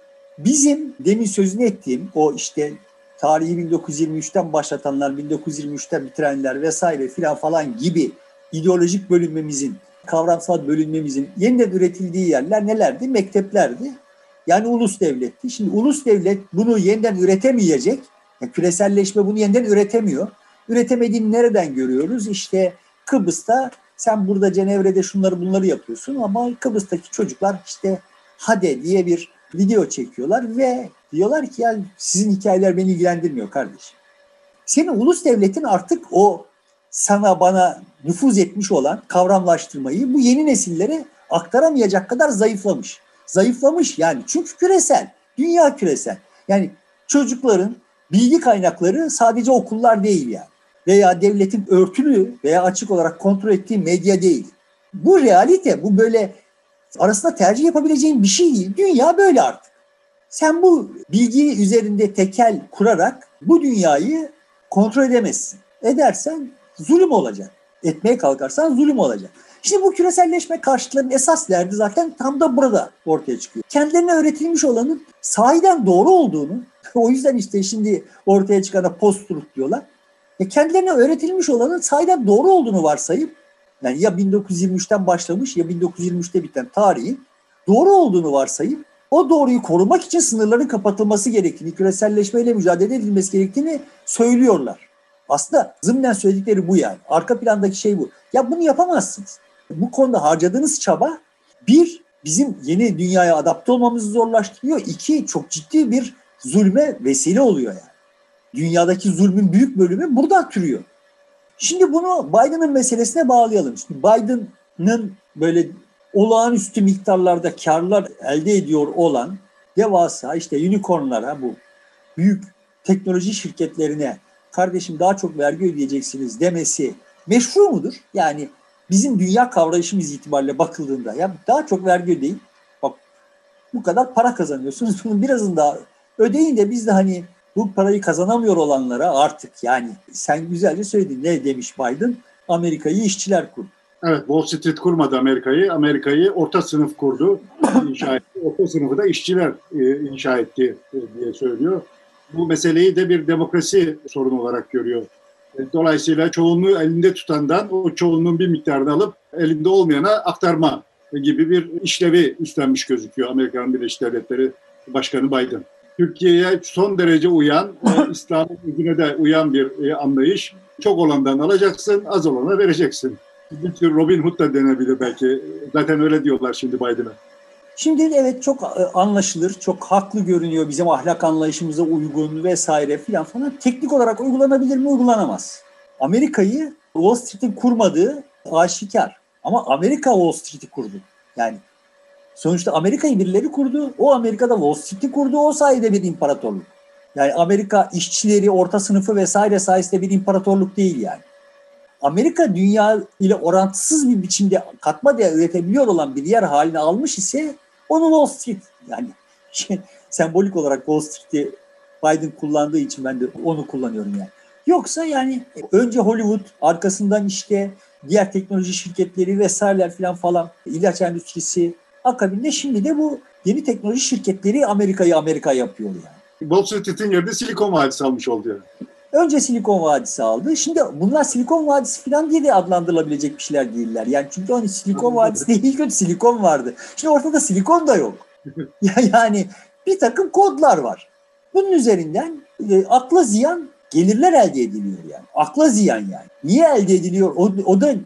B: Bizim demin sözünü ettiğim o işte tarihi bin dokuz yüz yirmi üçten başlatanlar, bin dokuz yüz yirmi üçten bitirenler vesaire filan falan gibi ideolojik bölünmemizin, kavramsal bölünmemizin yeniden üretildiği yerler nelerdi? Mekteplerdi. Yani ulus devletti. Şimdi ulus devlet bunu yeniden üretemeyecek. Yani küreselleşme bunu yeniden üretemiyor. Üretemediğini nereden görüyoruz? İşte Kıbrıs'ta sen burada Cenevre'de şunları bunları yapıyorsun ama Kıbrıs'taki çocuklar işte Hade diye bir video çekiyorlar ve diyorlar ki ya sizin hikayeler beni ilgilendirmiyor kardeşim. Senin ulus devletin artık o sana bana nüfuz etmiş olan kavramlaştırmayı bu yeni nesillere aktaramayacak kadar zayıflamış. Zayıflamış yani çünkü küresel, dünya küresel. Yani çocukların bilgi kaynakları sadece okullar değil yani. veya devletin örtülü veya açık olarak kontrol ettiği medya değil. Bu realite, bu böyle arasında tercih yapabileceğin bir şey değil. Dünya böyle artık. Sen bu bilgi üzerinde tekel kurarak bu dünyayı kontrol edemezsin. Edersen zulüm olacak. Etmeye kalkarsan zulüm olacak. Şimdi bu küreselleşme karşıtlarının esas derdi zaten tam da burada ortaya çıkıyor. Kendilerine öğretilmiş olanın sahiden doğru olduğunu, o yüzden işte şimdi ortaya çıkana post-truth diyorlar. E kendilerine öğretilmiş olanın sahiden doğru olduğunu varsayıp, yani ya bin dokuz yüz yirmi üçten başlamış ya bin dokuz yüz yirmi üçte biten tarihi doğru olduğunu varsayıp, o doğruyu korumak için sınırların kapatılması gerektiğini, küreselleşmeyle mücadele edilmesi gerektiğini söylüyorlar. Aslında zımnen söyledikleri bu yani. Arka plandaki şey bu. Ya bunu yapamazsınız. Bu konuda harcadığınız çaba bir, bizim yeni dünyaya adapte olmamızı zorlaştırıyor. İki, çok ciddi bir zulme vesile oluyor yani. Dünyadaki zulmün büyük bölümü buradan türüyor. Şimdi bunu Biden'ın meselesine bağlayalım. Şimdi Biden'ın böyle olağanüstü miktarlarda karlar elde ediyor olan devasa işte unicornlara, bu büyük teknoloji şirketlerine kardeşim daha çok vergi ödeyeceksiniz demesi meşru mudur? Yani bizim dünya kavrayışımız itibariyle bakıldığında ya daha çok vergi ödeyin. Bak bu kadar para kazanıyorsunuz. Bunun birazını daha ödeyin de biz de hani bu parayı kazanamıyor olanlara artık, yani sen güzelce söyledin. Ne demiş Biden? Amerika'yı işçiler kurdu.
A: Evet, Wall Street kurmadı Amerika'yı. Amerika'yı orta sınıf kurdu, inşa etti. Orta sınıfı da işçiler e, inşa etti e, diye söylüyor. Bu meseleyi de bir demokrasi sorunu olarak görüyor. Dolayısıyla çoğunluğu elinde tutandan o çoğunluğun bir miktarını alıp elinde olmayana aktarma gibi bir işlevi üstlenmiş gözüküyor Amerikan Birleşik Devletleri Başkanı Biden. Türkiye'ye son derece uyan, e, İslam'ın yüzüne de uyan bir e, anlayış. Çok olandan alacaksın, az olana vereceksin. Bir tür Robin Hood da denebilir belki. Zaten öyle diyorlar şimdi Biden'a.
B: Şimdi evet çok anlaşılır, çok haklı görünüyor, bizim ahlak anlayışımıza uygun vesaire filan falan. Teknik olarak uygulanabilir mi? Uygulanamaz. Amerika'yı Wall Street'in kurmadığı aşikar. Ama Amerika Wall Street'i kurdu. Yani sonuçta Amerika'yı birileri kurdu. O Amerika'da Wall Street'i kurdu. O sayede bir imparatorluk. Yani Amerika işçileri, orta sınıfı vesaire sayesinde bir imparatorluk değil yani. Amerika dünya ile orantısız bir biçimde katma değer üretebiliyor olan bir yer haline almış ise onu Wall Street, yani şey, sembolik olarak Wall Street'i Biden kullandığı için ben de onu kullanıyorum yani. Yoksa yani önce Hollywood, arkasından işte diğer teknoloji şirketleri vesaireler falan falan, ilaç endüstrisi, akabinde şimdi de bu yeni teknoloji şirketleri Amerika'yı Amerika yapıyor yani.
A: Wall Street'in yerine Silikon Vadisi almış oldu yani.
B: Önce Silikon Vadisi aldı. Şimdi bunlar Silikon Vadisi falan diye de adlandırılabilecek bir şeyler değiller. Yani çünkü hani Silikon Vadisi değil, ilk önce Silikon vardı. Şimdi ortada Silikon da yok. Yani bir takım kodlar var. Bunun üzerinden e, akla ziyan gelirler elde ediliyor yani. Akla ziyan yani. Niye elde ediliyor? O, o da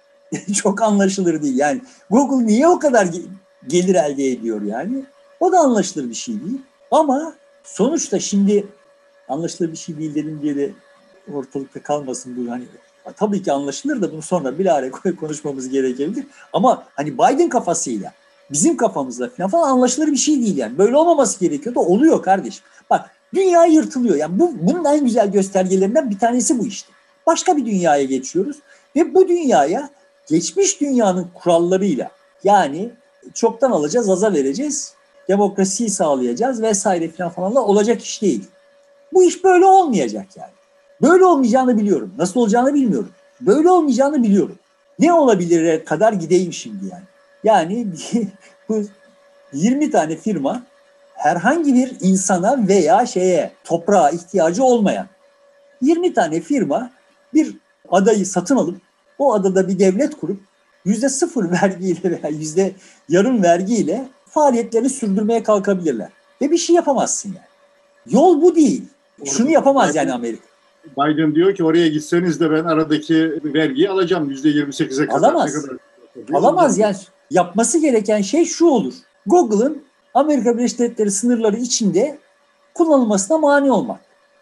B: çok anlaşılır değil. Yani Google niye o kadar gelir elde ediyor yani? O da anlaşılır bir şey değil. Ama sonuçta şimdi anlaşılır bir şey değil dedim diye de ortalıkta kalmasın bu, hani tabii ki anlaşılır da bunu sonra bilahare konuşmamız gerekebilir. Ama hani Biden kafasıyla bizim kafamızla falan, falan anlaşılır bir şey değil yani. Böyle olmaması gerekiyor da oluyor kardeşim. Bak dünya yırtılıyor yani, bu bunun en güzel göstergelerinden bir tanesi bu işte. Başka bir dünyaya geçiyoruz ve bu dünyaya geçmiş dünyanın kurallarıyla, yani çoktan alacağız, aza vereceğiz, demokrasiyi sağlayacağız vesaire falan falanla olacak iş değil. Bu iş böyle olmayacak yani. Böyle olmayacağını biliyorum. Nasıl olacağını bilmiyorum. Böyle olmayacağını biliyorum. Ne olabilir kadar gideyim şimdi yani. Yani bu yirmi tane firma herhangi bir insana veya şeye, toprağa ihtiyacı olmayan yirmi tane firma bir adayı satın alıp o adada bir devlet kurup yüzde sıfır vergiyle veya yüzde yarım vergiyle faaliyetlerini sürdürmeye kalkabilirler. Ve bir şey yapamazsın yani. Yol bu değil. Şunu yapamaz Biden, yani Amerika.
A: Biden diyor ki oraya gitseniz de ben aradaki vergiyi alacağım yüzde yirmi sekize kadar.
B: Alamaz. Kadar Alamaz yani. Yapması gereken şey şu olur. Google'ın Amerika Birleşik Devletleri sınırları içinde kullanılmasına mani olmak.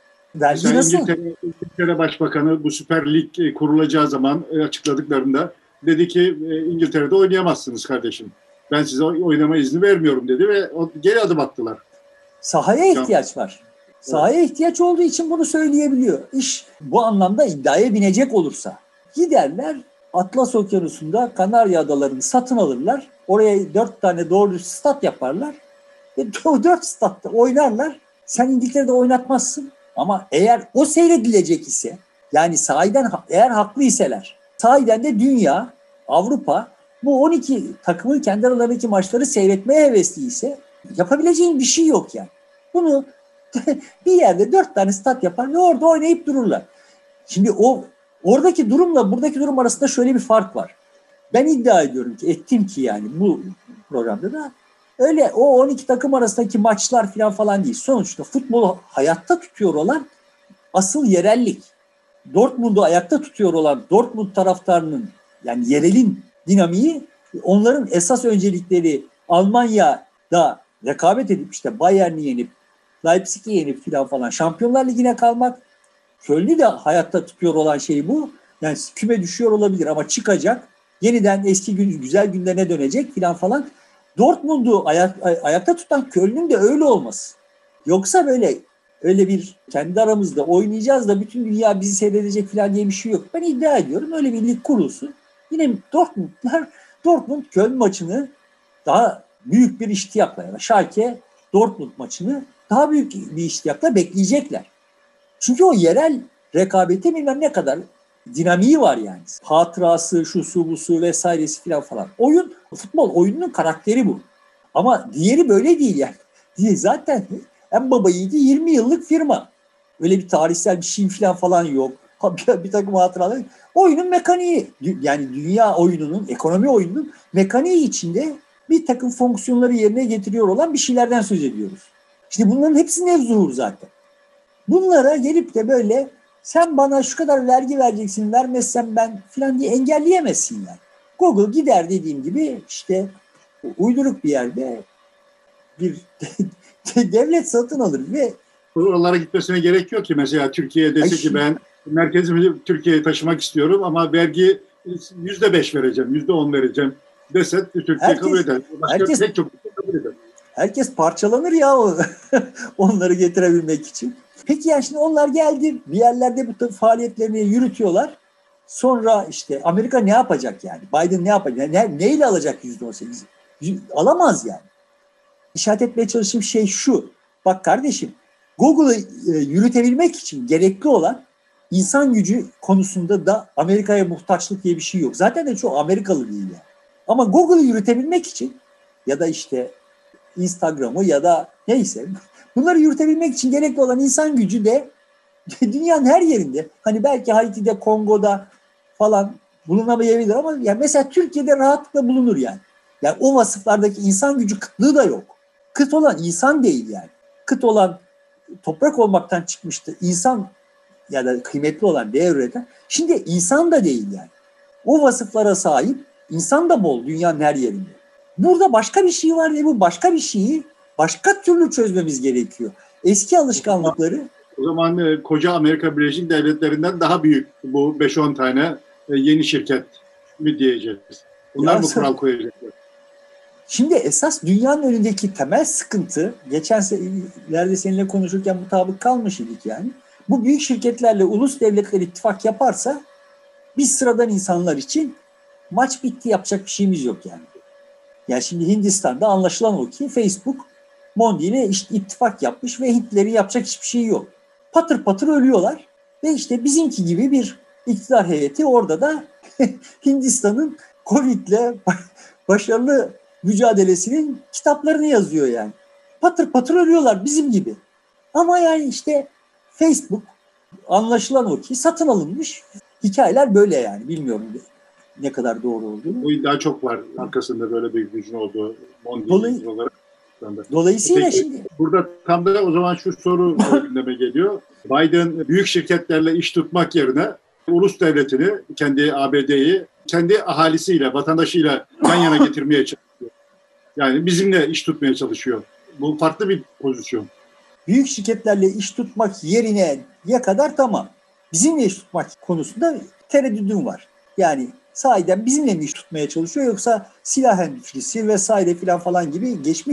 B: Vergi nasıl?
A: İngiltere, İngiltere Başbakanı bu Süper Lig kurulacağı zaman açıkladıklarında dedi ki İngiltere'de oynayamazsınız kardeşim. Ben size oynama izni vermiyorum dedi ve geri adım attılar.
B: Sahaya ihtiyaç var. Sahaya ihtiyaç olduğu için bunu söyleyebiliyor. İş bu anlamda iddiaya binecek olursa. Giderler Atlas Okyanusu'nda Kanarya Adaları'nı satın alırlar. Oraya dört tane doğru stat yaparlar. Ve o dört statta oynarlar. Sen İngiltere'de oynatmazsın. Ama eğer o seyredilecek ise, yani sahiden eğer haklı iseler, sahiden de dünya, Avrupa bu on iki takımın kendi aralarındaki maçları seyretmeye hevesliyse yapabileceğin bir şey yok yani. Bunu bir yerde dört tane stat yapar ve orada oynayıp dururlar. Şimdi o oradaki durumla buradaki durum arasında şöyle bir fark var. Ben iddia ediyorum ki, ettim ki yani bu programda da öyle o on iki takım arasındaki maçlar falan falan değil. Sonuçta futbolu hayatta tutuyor olan asıl yerellik. Dortmund'u ayakta tutuyor olan Dortmund taraftarının, yani yerelin dinamiği, onların esas öncelikleri Almanya'da rekabet edip işte Bayern'i yenip Leipzig'i yenip filan falan Şampiyonlar Ligi'ne kalmak. Köln'ü de hayatta tutuyor olan şey bu. Yani küme düşüyor olabilir ama çıkacak. Yeniden eski gün, güzel günlerine dönecek filan falan. Dortmund'u ayak, ayakta tutan Köln'ün de öyle olması. Yoksa böyle öyle bir kendi aramızda oynayacağız da bütün dünya bizi seyredecek filan diye bir şey yok. Ben iddia ediyorum öyle bir lig kurulsun. Yine Dortmund'lar Dortmund Köln maçını daha büyük bir iştiyakla, yani Schalke Dortmund maçını daha büyük bir iştiyakla bekleyecekler. Çünkü o yerel rekabeti bilmem ne kadar dinamiği var yani. Hatırası, şusu, busu vesairesi filan falan. Oyun, futbol oyununun karakteri bu. Ama diğeri böyle değil yani. Diye zaten en baba yiğidi yirmi yıllık firma. Öyle bir tarihsel bir şey falan falan yok. Bir, bir takım hatıralar. Oyunun mekaniği, yani dünya oyununun, ekonomi oyununun mekaniği içinde bir takım fonksiyonları yerine getiriyor olan bir şeylerden söz ediyoruz. İşte bunların hepsi nevzuhur zaten. Bunlara gelip de böyle sen bana şu kadar vergi vereceksin, vermezsem ben filan diye engelleyemezsin yani. Google gider dediğim gibi işte uyduruk bir yerde bir devlet satın alır ve
A: oralara gitmesine gerek yok ki. Mesela Türkiye dese ki ben merkezimi Türkiye'ye taşımak istiyorum ama vergi yüzde beş vereceğim, yüzde on vereceğim dese Türkiye herkes, kabul eder. Başka
B: herkes,
A: pek çok kabul eder.
B: Herkes parçalanır ya onları getirebilmek için. Peki yani şimdi onlar geldi bir yerlerde bu faaliyetlerini yürütüyorlar. Sonra işte Amerika ne yapacak yani? Biden ne yapacak? Ne, neyle alacak yüzde on sekiz? Alamaz yani. İşaret etmeye çalıştığım şey şu. Bak kardeşim, Google'ı e, yürütebilmek için gerekli olan insan gücü konusunda da Amerika'ya muhtaçlık diye bir şey yok. Zaten de çoğu Amerikalı değil yani. Ama Google'ı yürütebilmek için ya da işte Instagram'ı ya da neyse bunları yürütebilmek için gerekli olan insan gücü de dünyanın her yerinde. Hani belki Haiti'de, Kongo'da falan bulunamayabilir ama yani mesela Türkiye'de rahatlıkla bulunur yani. Yani o vasıflardaki insan gücü kıtlığı da yok. Kıt olan insan değil yani. Kıt olan toprak olmaktan çıkmıştı. İnsan ya da kıymetli olan, değer üreten. Şimdi insan da değil yani. O vasıflara sahip insan da bol dünyanın her yerinde. Burada başka bir şey var ve bu başka bir şeyi başka türlü çözmemiz gerekiyor. Eski alışkanlıkları.
A: O zaman e, koca Amerika Birleşik Devletleri'nden daha büyük bu beş on tane e, yeni şirket mi diyeceğiz? Bunlar mı kural koyacaklar?
B: Şimdi esas dünyanın önündeki temel sıkıntı, geçen senelerde seninle konuşurken mutabık kalmış idik yani. Bu büyük şirketlerle ulus devletler ittifak yaparsa biz sıradan insanlar için maç bitti, yapacak bir şeyimiz yok yani. Yani şimdi Hindistan'da anlaşılan o ki Facebook Mondi ile işte ittifak yapmış ve Hintlilerin yapacak hiçbir şey yok. Patır patır ölüyorlar ve işte bizimki gibi bir iktidar heyeti orada da Hindistan'ın Covid'le başarılı mücadelesinin kitaplarını yazıyor yani. Patır patır ölüyorlar bizim gibi. Ama yani işte Facebook anlaşılan o ki satın alınmış. Hikayeler böyle yani, bilmiyorum ne kadar doğru olduğunu.
A: Bu iddia çok var arkasında böyle bir gücün olduğu.
B: Dolay-
A: olarak.
B: Dolayısıyla
A: Peki,
B: şimdi
A: burada tam da o zaman şu soru gündeme geliyor. Biden büyük şirketlerle iş tutmak yerine ulus devletini, kendi A B D'yi kendi ahalisiyle, vatandaşıyla yan yana getirmeye çalışıyor. Yani bizimle iş tutmaya çalışıyor. Bu farklı bir pozisyon.
B: Büyük şirketlerle iş tutmak yerine ya kadar tamam. Bizimle iş tutmak konusunda tereddüdüm var. Yani sahiden bizimle mi iş tutmaya çalışıyor yoksa silah endüstrisi vesaire filan falan gibi geçmiş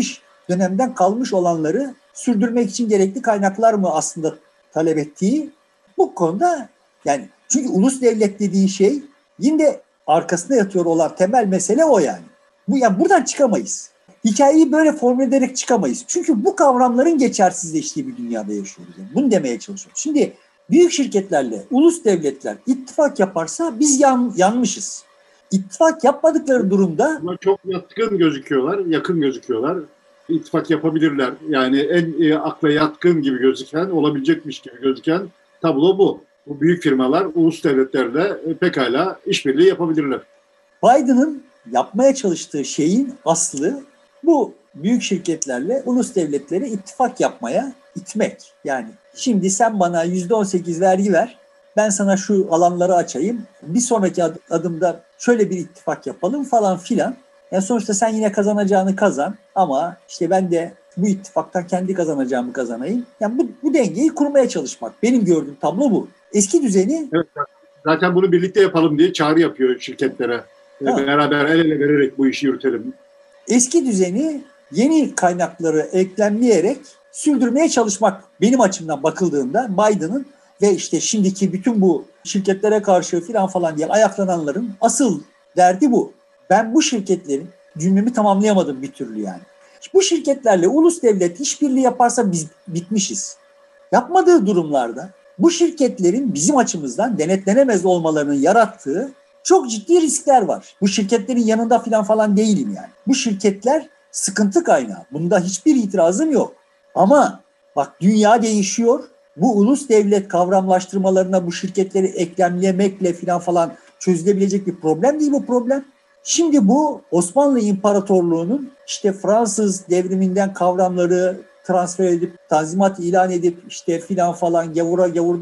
B: dönemden kalmış olanları sürdürmek için gerekli kaynaklar mı aslında talep ettiği bu konuda yani çünkü ulus devlet dediği şey yine arkasında yatıyor olan temel mesele o yani. Bu yani buradan çıkamayız. Hikayeyi böyle formüle ederek çıkamayız. Çünkü bu kavramların geçersizleştiği bir dünyada yaşıyoruz. Yani bunu demeye çalışıyorum. Şimdi büyük şirketlerle ulus devletler ittifak yaparsa biz yan, yanmışız. İttifak yapmadıkları durumda...
A: Ama çok yatkın gözüküyorlar, yakın gözüküyorlar. İttifak yapabilirler. Yani en e, akla yatkın gibi gözüken, olabilecekmiş gibi gözüken tablo bu. Bu büyük firmalar ulus devletlerle e, pekala işbirliği yapabilirler.
B: Biden'ın yapmaya çalıştığı şeyin aslı bu büyük şirketlerle ulus devletleri ittifak yapmaya itmek. Yani şimdi sen bana yüzde on sekiz vergi ver, ben sana şu alanları açayım, bir sonraki adımda şöyle bir ittifak yapalım falan filan. Yani sonuçta sen yine kazanacağını kazan ama işte ben de bu ittifaktan kendi kazanacağımı kazanayım. Yani bu, bu dengeyi kurmaya çalışmak. Benim gördüğüm tablo bu. Eski düzeni...
A: Evet, zaten bunu birlikte yapalım diye çağrı yapıyor şirketlere. Ha. Beraber el ele vererek bu işi yürütelim.
B: Eski düzeni yeni kaynakları eklemleyerek sürdürmeye çalışmak benim açımdan bakıldığında Biden'ın ve işte şimdiki bütün bu şirketlere karşı filan falan diye ayaklananların asıl derdi bu. Ben bu şirketlerin, cümlemi tamamlayamadım bir türlü yani. Bu şirketlerle ulus devlet işbirliği yaparsa biz bitmişiz. Yapmadığı durumlarda bu şirketlerin bizim açımızdan denetlenemez olmalarının yarattığı çok ciddi riskler var. Bu şirketlerin yanında filan falan değilim yani. Bu şirketler sıkıntı kaynağı. Bunda hiçbir itirazım yok. Ama bak dünya değişiyor. Bu ulus devlet kavramlaştırmalarına bu şirketleri eklemlemekle filan falan çözülebilecek bir problem değil bu problem. Şimdi bu Osmanlı İmparatorluğu'nun işte Fransız devriminden kavramları transfer edip, tanzimat ilan edip işte filan falan gavura gavur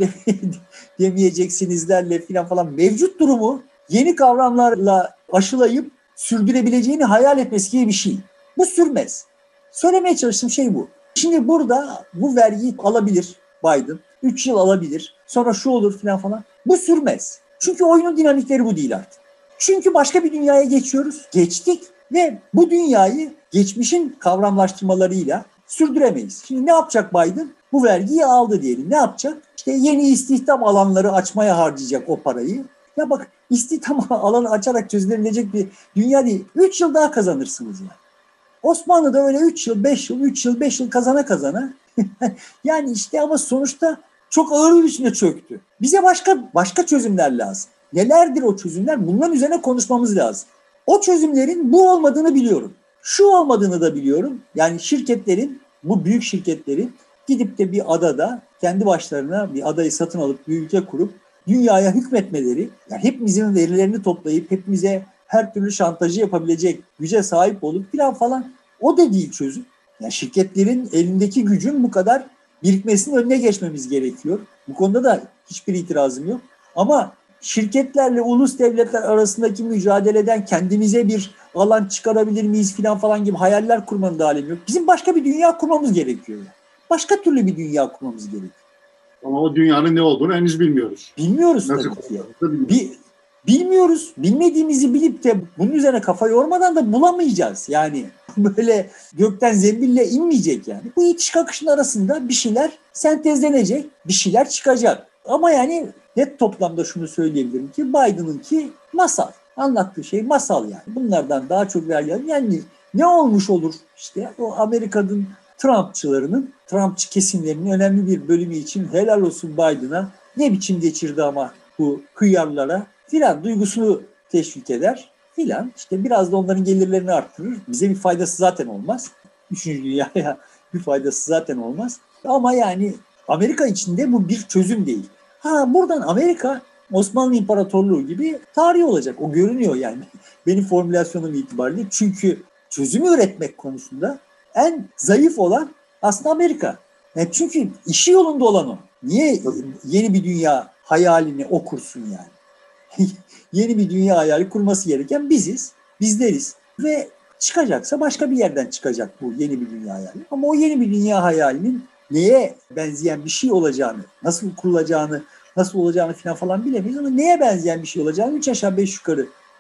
B: demeyeceksinizlerle filan falan mevcut durumu yeni kavramlarla aşılayıp sürdürebileceğini hayal etmesi gibi bir şey. Bu sürmez. Söylemeye çalıştığım şey bu. Şimdi burada bu vergiyi alabilir Biden. üç yıl alabilir. Sonra şu olur filan falan. Bu sürmez. Çünkü oyunun dinamikleri bu değil artık. Çünkü başka bir dünyaya geçiyoruz. Geçtik ve bu dünyayı geçmişin kavramlaştırmalarıyla sürdüremeyiz. Şimdi ne yapacak Biden? Bu vergiyi aldı diyelim. Ne yapacak? İşte yeni istihdam alanları açmaya harcayacak o parayı. Ya bak istihdam alanı açarak çözülebilecek bir dünya değil. üç yıl daha kazanırsınız yani. Osmanlı'da öyle üç yıl, beş yıl, üç yıl, beş yıl kazana kazana. Yani işte ama sonuçta çok ağır bir biçimde çöktü. Bize başka başka çözümler lazım. Nelerdir o çözümler? Bunların üzerine konuşmamız lazım. O çözümlerin bu olmadığını biliyorum. Şu olmadığını da biliyorum. Yani şirketlerin, bu büyük şirketlerin gidip de bir adada kendi başlarına bir adayı satın alıp bir ülke kurup dünyaya hükmetmeleri, yani hepimizin verilerini toplayıp hepimize her türlü şantajı yapabilecek güce sahip olup filan falan o da değil çözüm. Yani şirketlerin elindeki gücün bu kadar birikmesinin önüne geçmemiz gerekiyor. Bu konuda da hiçbir itirazım yok. Ama şirketlerle ulus devletler arasındaki mücadeleden kendimize bir alan çıkarabilir miyiz filan falan gibi hayaller kurmanın da alemi yok. Bizim başka bir dünya kurmamız gerekiyor. Yani. Başka türlü bir dünya kurmamız gerekiyor.
A: Ama o dünyanın ne olduğunu henüz bilmiyoruz.
B: Bilmiyoruz
A: Nasıl
B: tabii ki. Bi- bilmiyoruz. Bilmediğimizi bilip de bunun üzerine kafa yormadan da bulamayacağız. Yani böyle gökten zembille inmeyecek yani. Bu itiş kakışın arasında bir şeyler sentezlenecek, bir şeyler çıkacak. Ama yani net toplamda şunu söyleyebilirim ki Biden'ınki masal. Anlattığı şey masal yani. Bunlardan daha çok vergi yani ne olmuş olur işte o Amerika'nın Trumpçılarının, Trumpçı kesimlerinin önemli bir bölümü için helal olsun Biden'a ne biçim geçirdi ama bu hıyarlara filan duygusunu teşvik eder filan. İşte biraz da onların gelirlerini arttırır. Bize bir faydası zaten olmaz. Üçüncü dünyaya bir faydası zaten olmaz. Ama yani Amerika içinde bu bir çözüm değil. Ha buradan Amerika Osmanlı İmparatorluğu gibi tarihi olacak. O görünüyor yani. Benim formülasyonum itibariyle. Çünkü çözümü üretmek konusunda en zayıf olan aslında Amerika. Yani çünkü işi yolunda olan o. Niye yeni bir dünya hayalini okursun yani? Yeni bir dünya hayali kurması gereken biziz, bizleriz. Ve çıkacaksa başka bir yerden çıkacak bu yeni bir dünya hayali. Ama o yeni bir dünya hayalinin neye benzeyen bir şey olacağını, nasıl kurulacağını, nasıl olacağını falan falan bilemeyiz ama neye benzeyen bir şey olacağını üç aşağı beş yukarı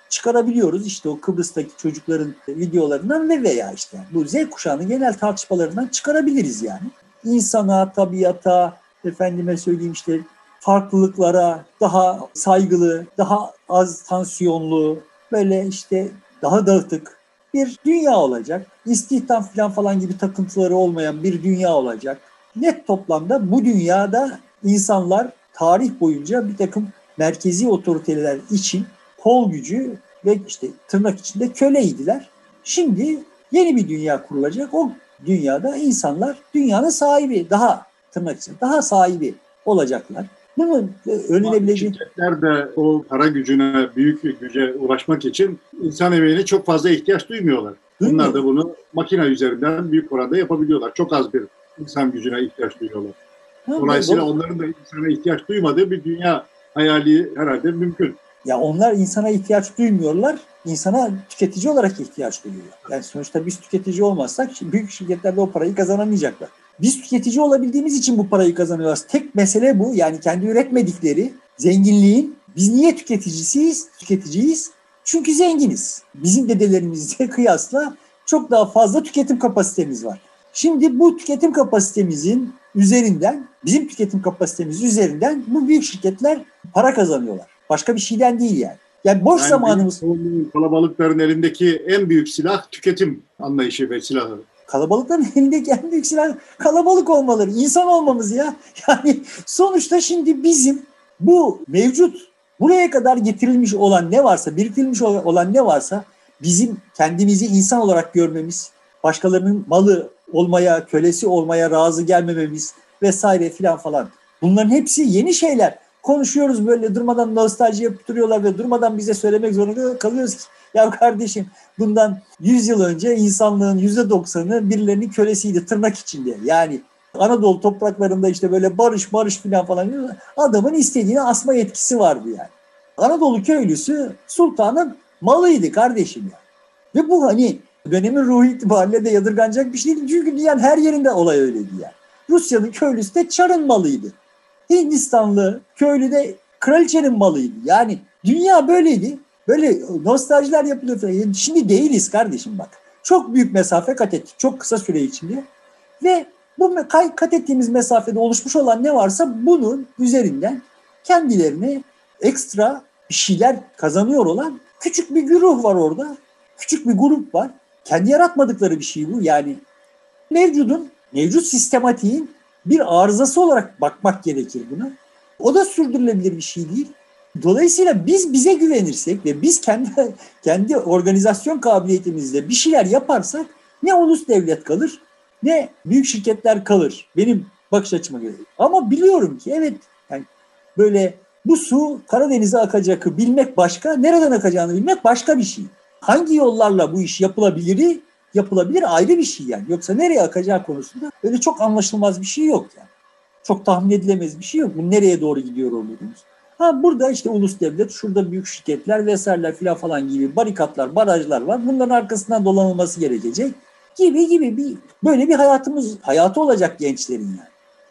B: çıkarabiliyoruz. İşte o Kıbrıs'taki çocukların videolarından ve veya işte bu Z kuşağının genel tartışmalarından çıkarabiliriz yani. İnsana, tabiata, efendime söyleyeyim işte farklılıklara daha saygılı, daha az tansiyonlu, böyle işte daha dağıtık bir dünya olacak. İstihdam falan falan gibi takıntıları olmayan bir dünya olacak. Net toplamda bu dünyada insanlar tarih boyunca bir takım merkezi otoriteler için kol gücü ve işte tırnak içinde köleydiler. Şimdi yeni bir dünya kurulacak. O dünyada insanlar dünyanın sahibi, daha tırnak içinde daha sahibi olacaklar. Bunun önlenebileceği...
A: Şirketler de o para gücüne, büyük güce ulaşmak için insan emeğine çok fazla ihtiyaç duymuyorlar. Bunlar da bunu makine üzerinden büyük oranda yapabiliyorlar. Çok az bir insan gücüne ihtiyaç duyuyorlar. Dolayısıyla onların da insana ihtiyaç duymadığı bir dünya hayali herhalde mümkün.
B: Ya onlar insana ihtiyaç duymuyorlar, insana tüketici olarak ihtiyaç duyuyorlar. Yani sonuçta biz tüketici olmazsak büyük şirketler de o parayı kazanamayacaklar. Biz tüketici olabildiğimiz için bu parayı kazanıyoruz. Tek mesele bu. Yani kendi üretmedikleri zenginliğin, biz niye tüketicisiyiz? Tüketiciyiz. Çünkü zenginiz. Bizim dedelerimizle kıyasla çok daha fazla tüketim kapasitemiz var. Şimdi bu tüketim kapasitemizin üzerinden, bizim tüketim kapasitemiz üzerinden bu büyük şirketler para kazanıyorlar. Başka bir şeyden değil yani. Yani boş yani zamanımız...
A: Kalabalıkların elindeki en büyük silah tüketim anlayışı ve silahı.
B: Kalabalıkların elindeki en büyük silah kalabalık olmaları, insan olmamız ya. Yani sonuçta şimdi bizim bu mevcut, buraya kadar getirilmiş olan ne varsa, biriktirilmiş olan ne varsa bizim kendimizi insan olarak görmemiz, başkalarının malı olmaya, kölesi olmaya razı gelmememiz vesaire filan falan. Bunların hepsi yeni şeyler. Konuşuyoruz böyle durmadan nostalji yapıp duruyorlar ve durmadan bize söylemek zorunda kalıyoruz ki ya kardeşim bundan yüz yıl önce insanlığın yüzde doksanı birilerinin kölesiydi tırnak içinde. Yani Anadolu topraklarında işte böyle barış barış filan falan adamın istediğine asma yetkisi vardı yani. Anadolu köylüsü sultanın malıydı kardeşim yani. Ve bu hani dönemin ruhu itibariyle de yadırganacak bir şey değil. Çünkü dünyanın her yerinde olay öyleydi yani. Rusya'nın köylüsü de Çar'ın malıydı. Hindistanlı köylü de kraliçenin malıydı. Yani dünya böyleydi. Böyle nostaljiler yapılıyor falan. Şimdi değiliz kardeşim bak. Çok büyük mesafe kat ettik. Çok kısa süre içinde. Ve bu kat ettiğimiz mesafede oluşmuş olan ne varsa bunun üzerinden kendilerine ekstra bir şeyler kazanıyor olan küçük bir güruh var orada. Küçük bir grup var. Kendi yaratmadıkları bir şey bu. Yani mevcudun, mevcut sistematiğin bir arızası olarak bakmak gerekir buna. O da sürdürülebilir bir şey değil. Dolayısıyla biz bize güvenirsek ve biz kendi kendi organizasyon kabiliyetimizle bir şeyler yaparsak ne ulus devlet kalır ne büyük şirketler kalır. Benim bakış açıma göre. Ama biliyorum ki evet yani böyle bu su Karadeniz'e akacakı bilmek başka, nereden akacağını bilmek başka bir şey. Hangi yollarla bu iş yapılabilir, yapılabilir ayrı bir şey yani. Yoksa nereye akacağı konusunda öyle çok anlaşılmaz bir şey yok yani. Çok tahmin edilemez bir şey yok. Bu nereye doğru gidiyor olduğumuz. Ha burada işte ulus devlet, şurada büyük şirketler vesaireler filan falan gibi barikatlar, barajlar var. Bunların arkasından dolanılması gerekecek gibi gibi bir böyle bir hayatımız, hayatı olacak gençlerin yani.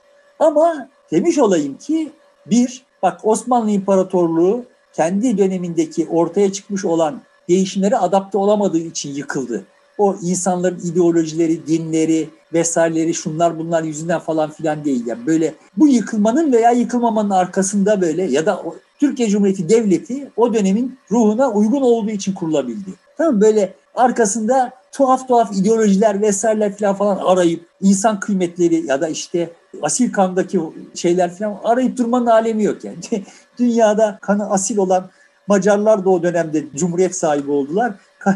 B: Ama demiş olayım ki bir, bak Osmanlı İmparatorluğu kendi dönemindeki ortaya çıkmış olan değişimlere adapte olamadığı için yıkıldı. O insanların ideolojileri, dinleri vesaireleri şunlar bunlar yüzünden falan filan değil. Yani böyle bu yıkılmanın veya yıkılmamanın arkasında böyle ya da o, Türkiye Cumhuriyeti Devleti o dönemin ruhuna uygun olduğu için kurulabildi. Tamam böyle arkasında tuhaf tuhaf ideolojiler vesaireler falan falan arayıp insan kıymetleri ya da işte asil kandaki şeyler falan arayıp durmanın alemi yok yani. Dünyada kanı asil olan Macarlar da o dönemde cumhuriyet sahibi oldular.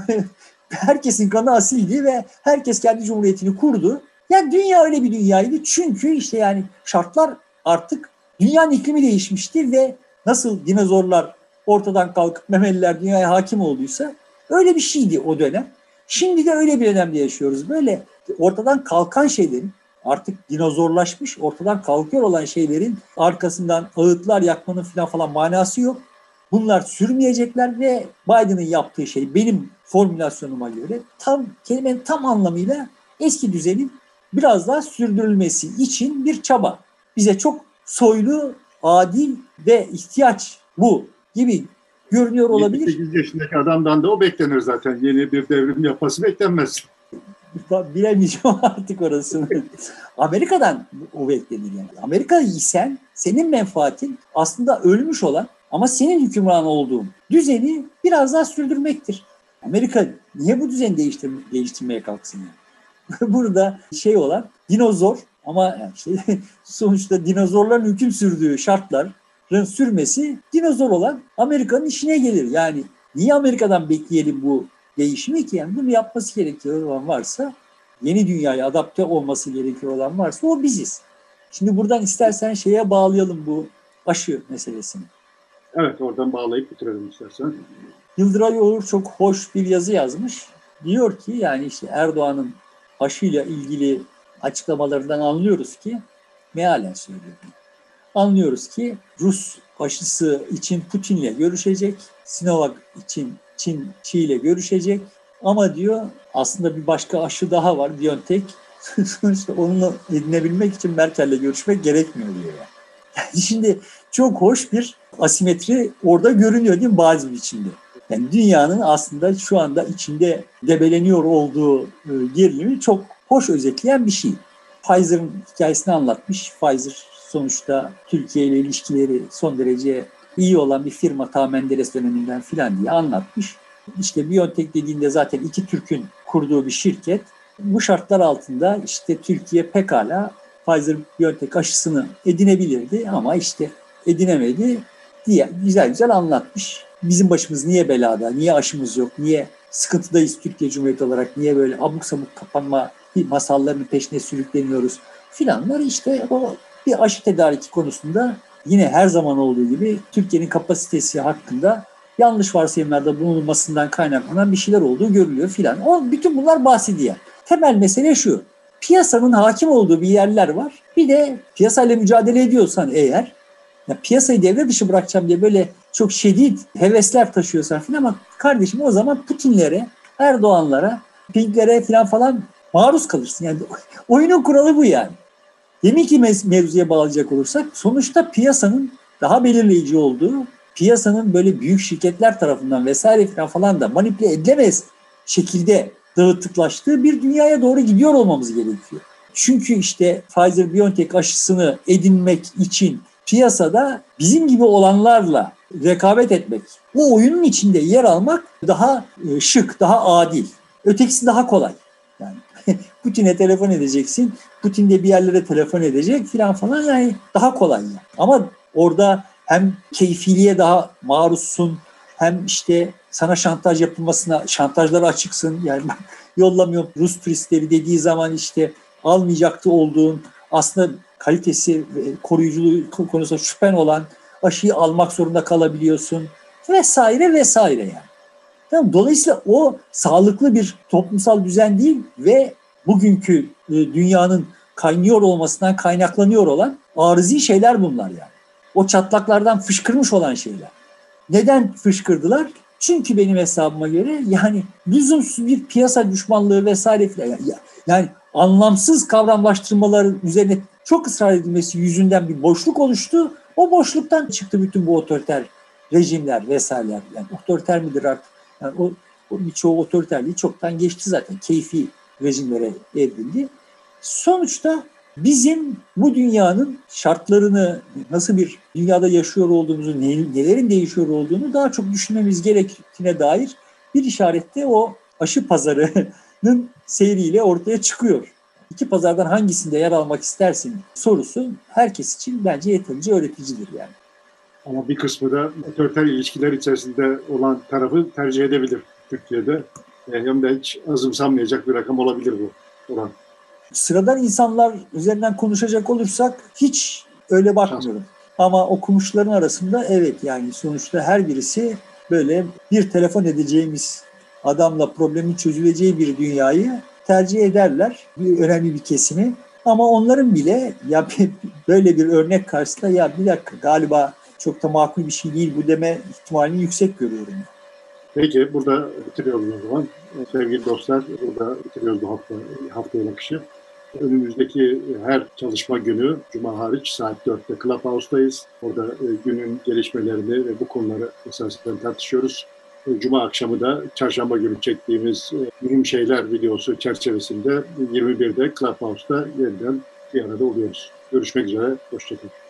B: Herkesin kanı asildi ve herkes kendi cumhuriyetini kurdu. Yani dünya öyle bir dünyaydı. Çünkü işte yani şartlar artık dünyanın iklimi değişmişti ve nasıl dinozorlar ortadan kalkıp memeliler dünyaya hakim olduysa öyle bir şeydi o dönem. Şimdi de öyle bir dönemde yaşıyoruz. Böyle ortadan kalkan şeylerin artık dinozorlaşmış, ortadan kalkıyor olan şeylerin arkasından ağıtlar yakmanın falan falan manası yok. Bunlar sürmeyecekler ve Biden'ın yaptığı şey benim formülasyonuma göre tam kelimenin tam anlamıyla eski düzenin biraz daha sürdürülmesi için bir çaba. Bize çok soylu, adil ve ihtiyaç bu gibi görünüyor olabilir.
A: yetmiş sekiz yaşındaki adamdan da o beklenir zaten. Yeni bir devrim yapması beklenmez.
B: Bilemeyeceğim artık orasını. Amerika'dan o beklenir yani. Amerika isen senin menfaatin aslında ölmüş olan ama senin hükümran olduğun düzeni biraz daha sürdürmektir. Amerika niye bu düzeni değiştir değiştirmeye kalksın yani? Burada şey olan dinozor ama işte sonuçta dinozorların hüküm sürdüğü şartların sürmesi dinozor olan Amerika'nın işine gelir. Yani niye Amerika'dan bekleyelim bu değişimi ki? Yani bunu yapması gerekiyor olan varsa, yeni dünyaya adapte olması gerekiyor olan varsa o biziz. Şimdi buradan istersen şeye bağlayalım bu aşı meselesini.
A: Evet, oradan bağlayıp bitirelim istersen.
B: Yıldıray Oğur çok hoş bir yazı yazmış. Diyor ki yani işte Erdoğan'ın aşıyla ilgili açıklamalarından anlıyoruz ki, mealen söylüyorum. Anlıyoruz ki Rus aşısı için Putin'le görüşecek, Sinovac için Çin, Çin ile görüşecek. Ama diyor aslında bir başka aşı daha var, BioNTech. Sonuçta onunla edinebilmek için Merkel'le görüşmek gerekmiyor diyor yani. Yani şimdi çok hoş bir asimetri orada görünüyor değil mi bazı biçimde? Yani dünyanın aslında şu anda içinde debeleniyor olduğu gerilimi çok hoş özetleyen bir şey. Pfizer'ın hikayesini anlatmış. Pfizer sonuçta Türkiye ile ilişkileri son derece iyi olan bir firma, ta Menderes döneminden filan diye anlatmış. İşte BioNTech dediğinde zaten iki Türk'ün kurduğu bir şirket. Bu şartlar altında işte Türkiye pekala Pfizer-BioNTech aşısını edinebilirdi ama işte edinemedi diye güzel güzel anlatmış. Bizim başımız niye belada, niye aşımız yok, niye sıkıntıdayız Türkiye Cumhuriyeti olarak, niye böyle abuk sabuk kapanma masallarının peşine sürükleniyoruz filanlar. İşte o bir aşı tedariki konusunda yine her zaman olduğu gibi Türkiye'nin kapasitesi hakkında yanlış varsayımlarda bulunmasından kaynaklanan bir şeyler olduğu görülüyor filan. O bütün bunlar bahsediyor. Temel mesele şu. Piyasanın hakim olduğu bir yerler var. Bir de piyasayla mücadele ediyorsan eğer, ya piyasayı devre dışı bırakacağım diye böyle çok şiddet hevesler taşıyorsan filan, ama kardeşim o zaman Putinlere, Erdoğanlara, Pinklere filan falan maruz kalırsın. Yani oyunun kuralı bu yani. Demin ki mevzuya bağlayacak olursak sonuçta piyasanın daha belirleyici olduğu, piyasanın böyle büyük şirketler tarafından vesaire falan da manipüle edilemez şekilde dağıtıklaştığı bir dünyaya doğru gidiyor olmamız gerekiyor. Çünkü işte Pfizer-BioNTech aşısını edinmek için piyasada bizim gibi olanlarla rekabet etmek, o oyunun içinde yer almak daha şık, daha adil. Ötekisi daha kolay. Yani Putin'e telefon edeceksin, Putin de bir yerlere telefon edecek filan falan, yani daha kolay. Yani. Ama orada hem keyfiliğe daha maruzsun, hem işte sana şantaj yapılmasına, şantajlara açıksın. Yani yollamıyorum Rus turistleri dediği zaman işte almayacaktı olduğun, aslında kalitesi ve koruyuculuğu konusunda şüphen olan aşıyı almak zorunda kalabiliyorsun vesaire vesaire yani. Tamam, dolayısıyla o sağlıklı bir toplumsal düzen değil ve bugünkü e, dünyanın kaynıyor olmasından kaynaklanıyor olan arızi şeyler bunlar yani. O çatlaklardan fışkırmış olan şeyler. Neden fışkırdılar? Çünkü benim hesabıma göre yani lüzumsuz bir piyasa düşmanlığı vesaire filan. Yani anlamsız kavramlaştırmaların üzerine çok ısrar edilmesi yüzünden bir boşluk oluştu. O boşluktan çıktı bütün bu otoriter rejimler vesaireler. Yani otoriter midir artık? Yani o, o birçoğu otoriterliği çoktan geçti zaten. Keyfi rejimlere evrildi. Sonuçta bizim bu dünyanın şartlarını, nasıl bir dünyada yaşıyor olduğumuzu, nelerin değişiyor olduğunu daha çok düşünmemiz gerektiğine dair bir işarette o aşı pazarının seyriyle ortaya çıkıyor. İki pazardan hangisinde yer almak istersin sorusu herkes için bence yeterince öğreticidir yani.
A: Ama bir kısmı da otoriter ilişkiler içerisinde olan tarafı tercih edebilir Türkiye'de. Hem de hiç azımsanmayacak bir rakam olabilir bu oran.
B: Sıradan insanlar üzerinden konuşacak olursak hiç öyle bakmıyorum. Ama okumuşların arasında evet, yani sonuçta her birisi böyle bir telefon edeceğimiz adamla problemin çözüleceği bir dünyayı tercih ederler. Bir önemli bir kesimi. Ama onların bile ya böyle bir örnek karşısında ya bir dakika galiba çok da makul bir şey değil bu deme ihtimalini yüksek görüyorum.
A: Peki burada bitiriyoruz o zaman. Sevgili dostlar, burada bitiriyoruz bu hafta, haftaya bakışı. Önümüzdeki her çalışma günü, Cuma hariç saat dörtte Clubhouse'dayız. Orada günün gelişmelerini ve bu konuları esasen tartışıyoruz. Cuma akşamı da çarşamba günü çektiğimiz Mühim Şeyler videosu çerçevesinde yirmi birde Clubhouse'da yeniden bir arada oluyoruz. Görüşmek üzere, hoşçakalın.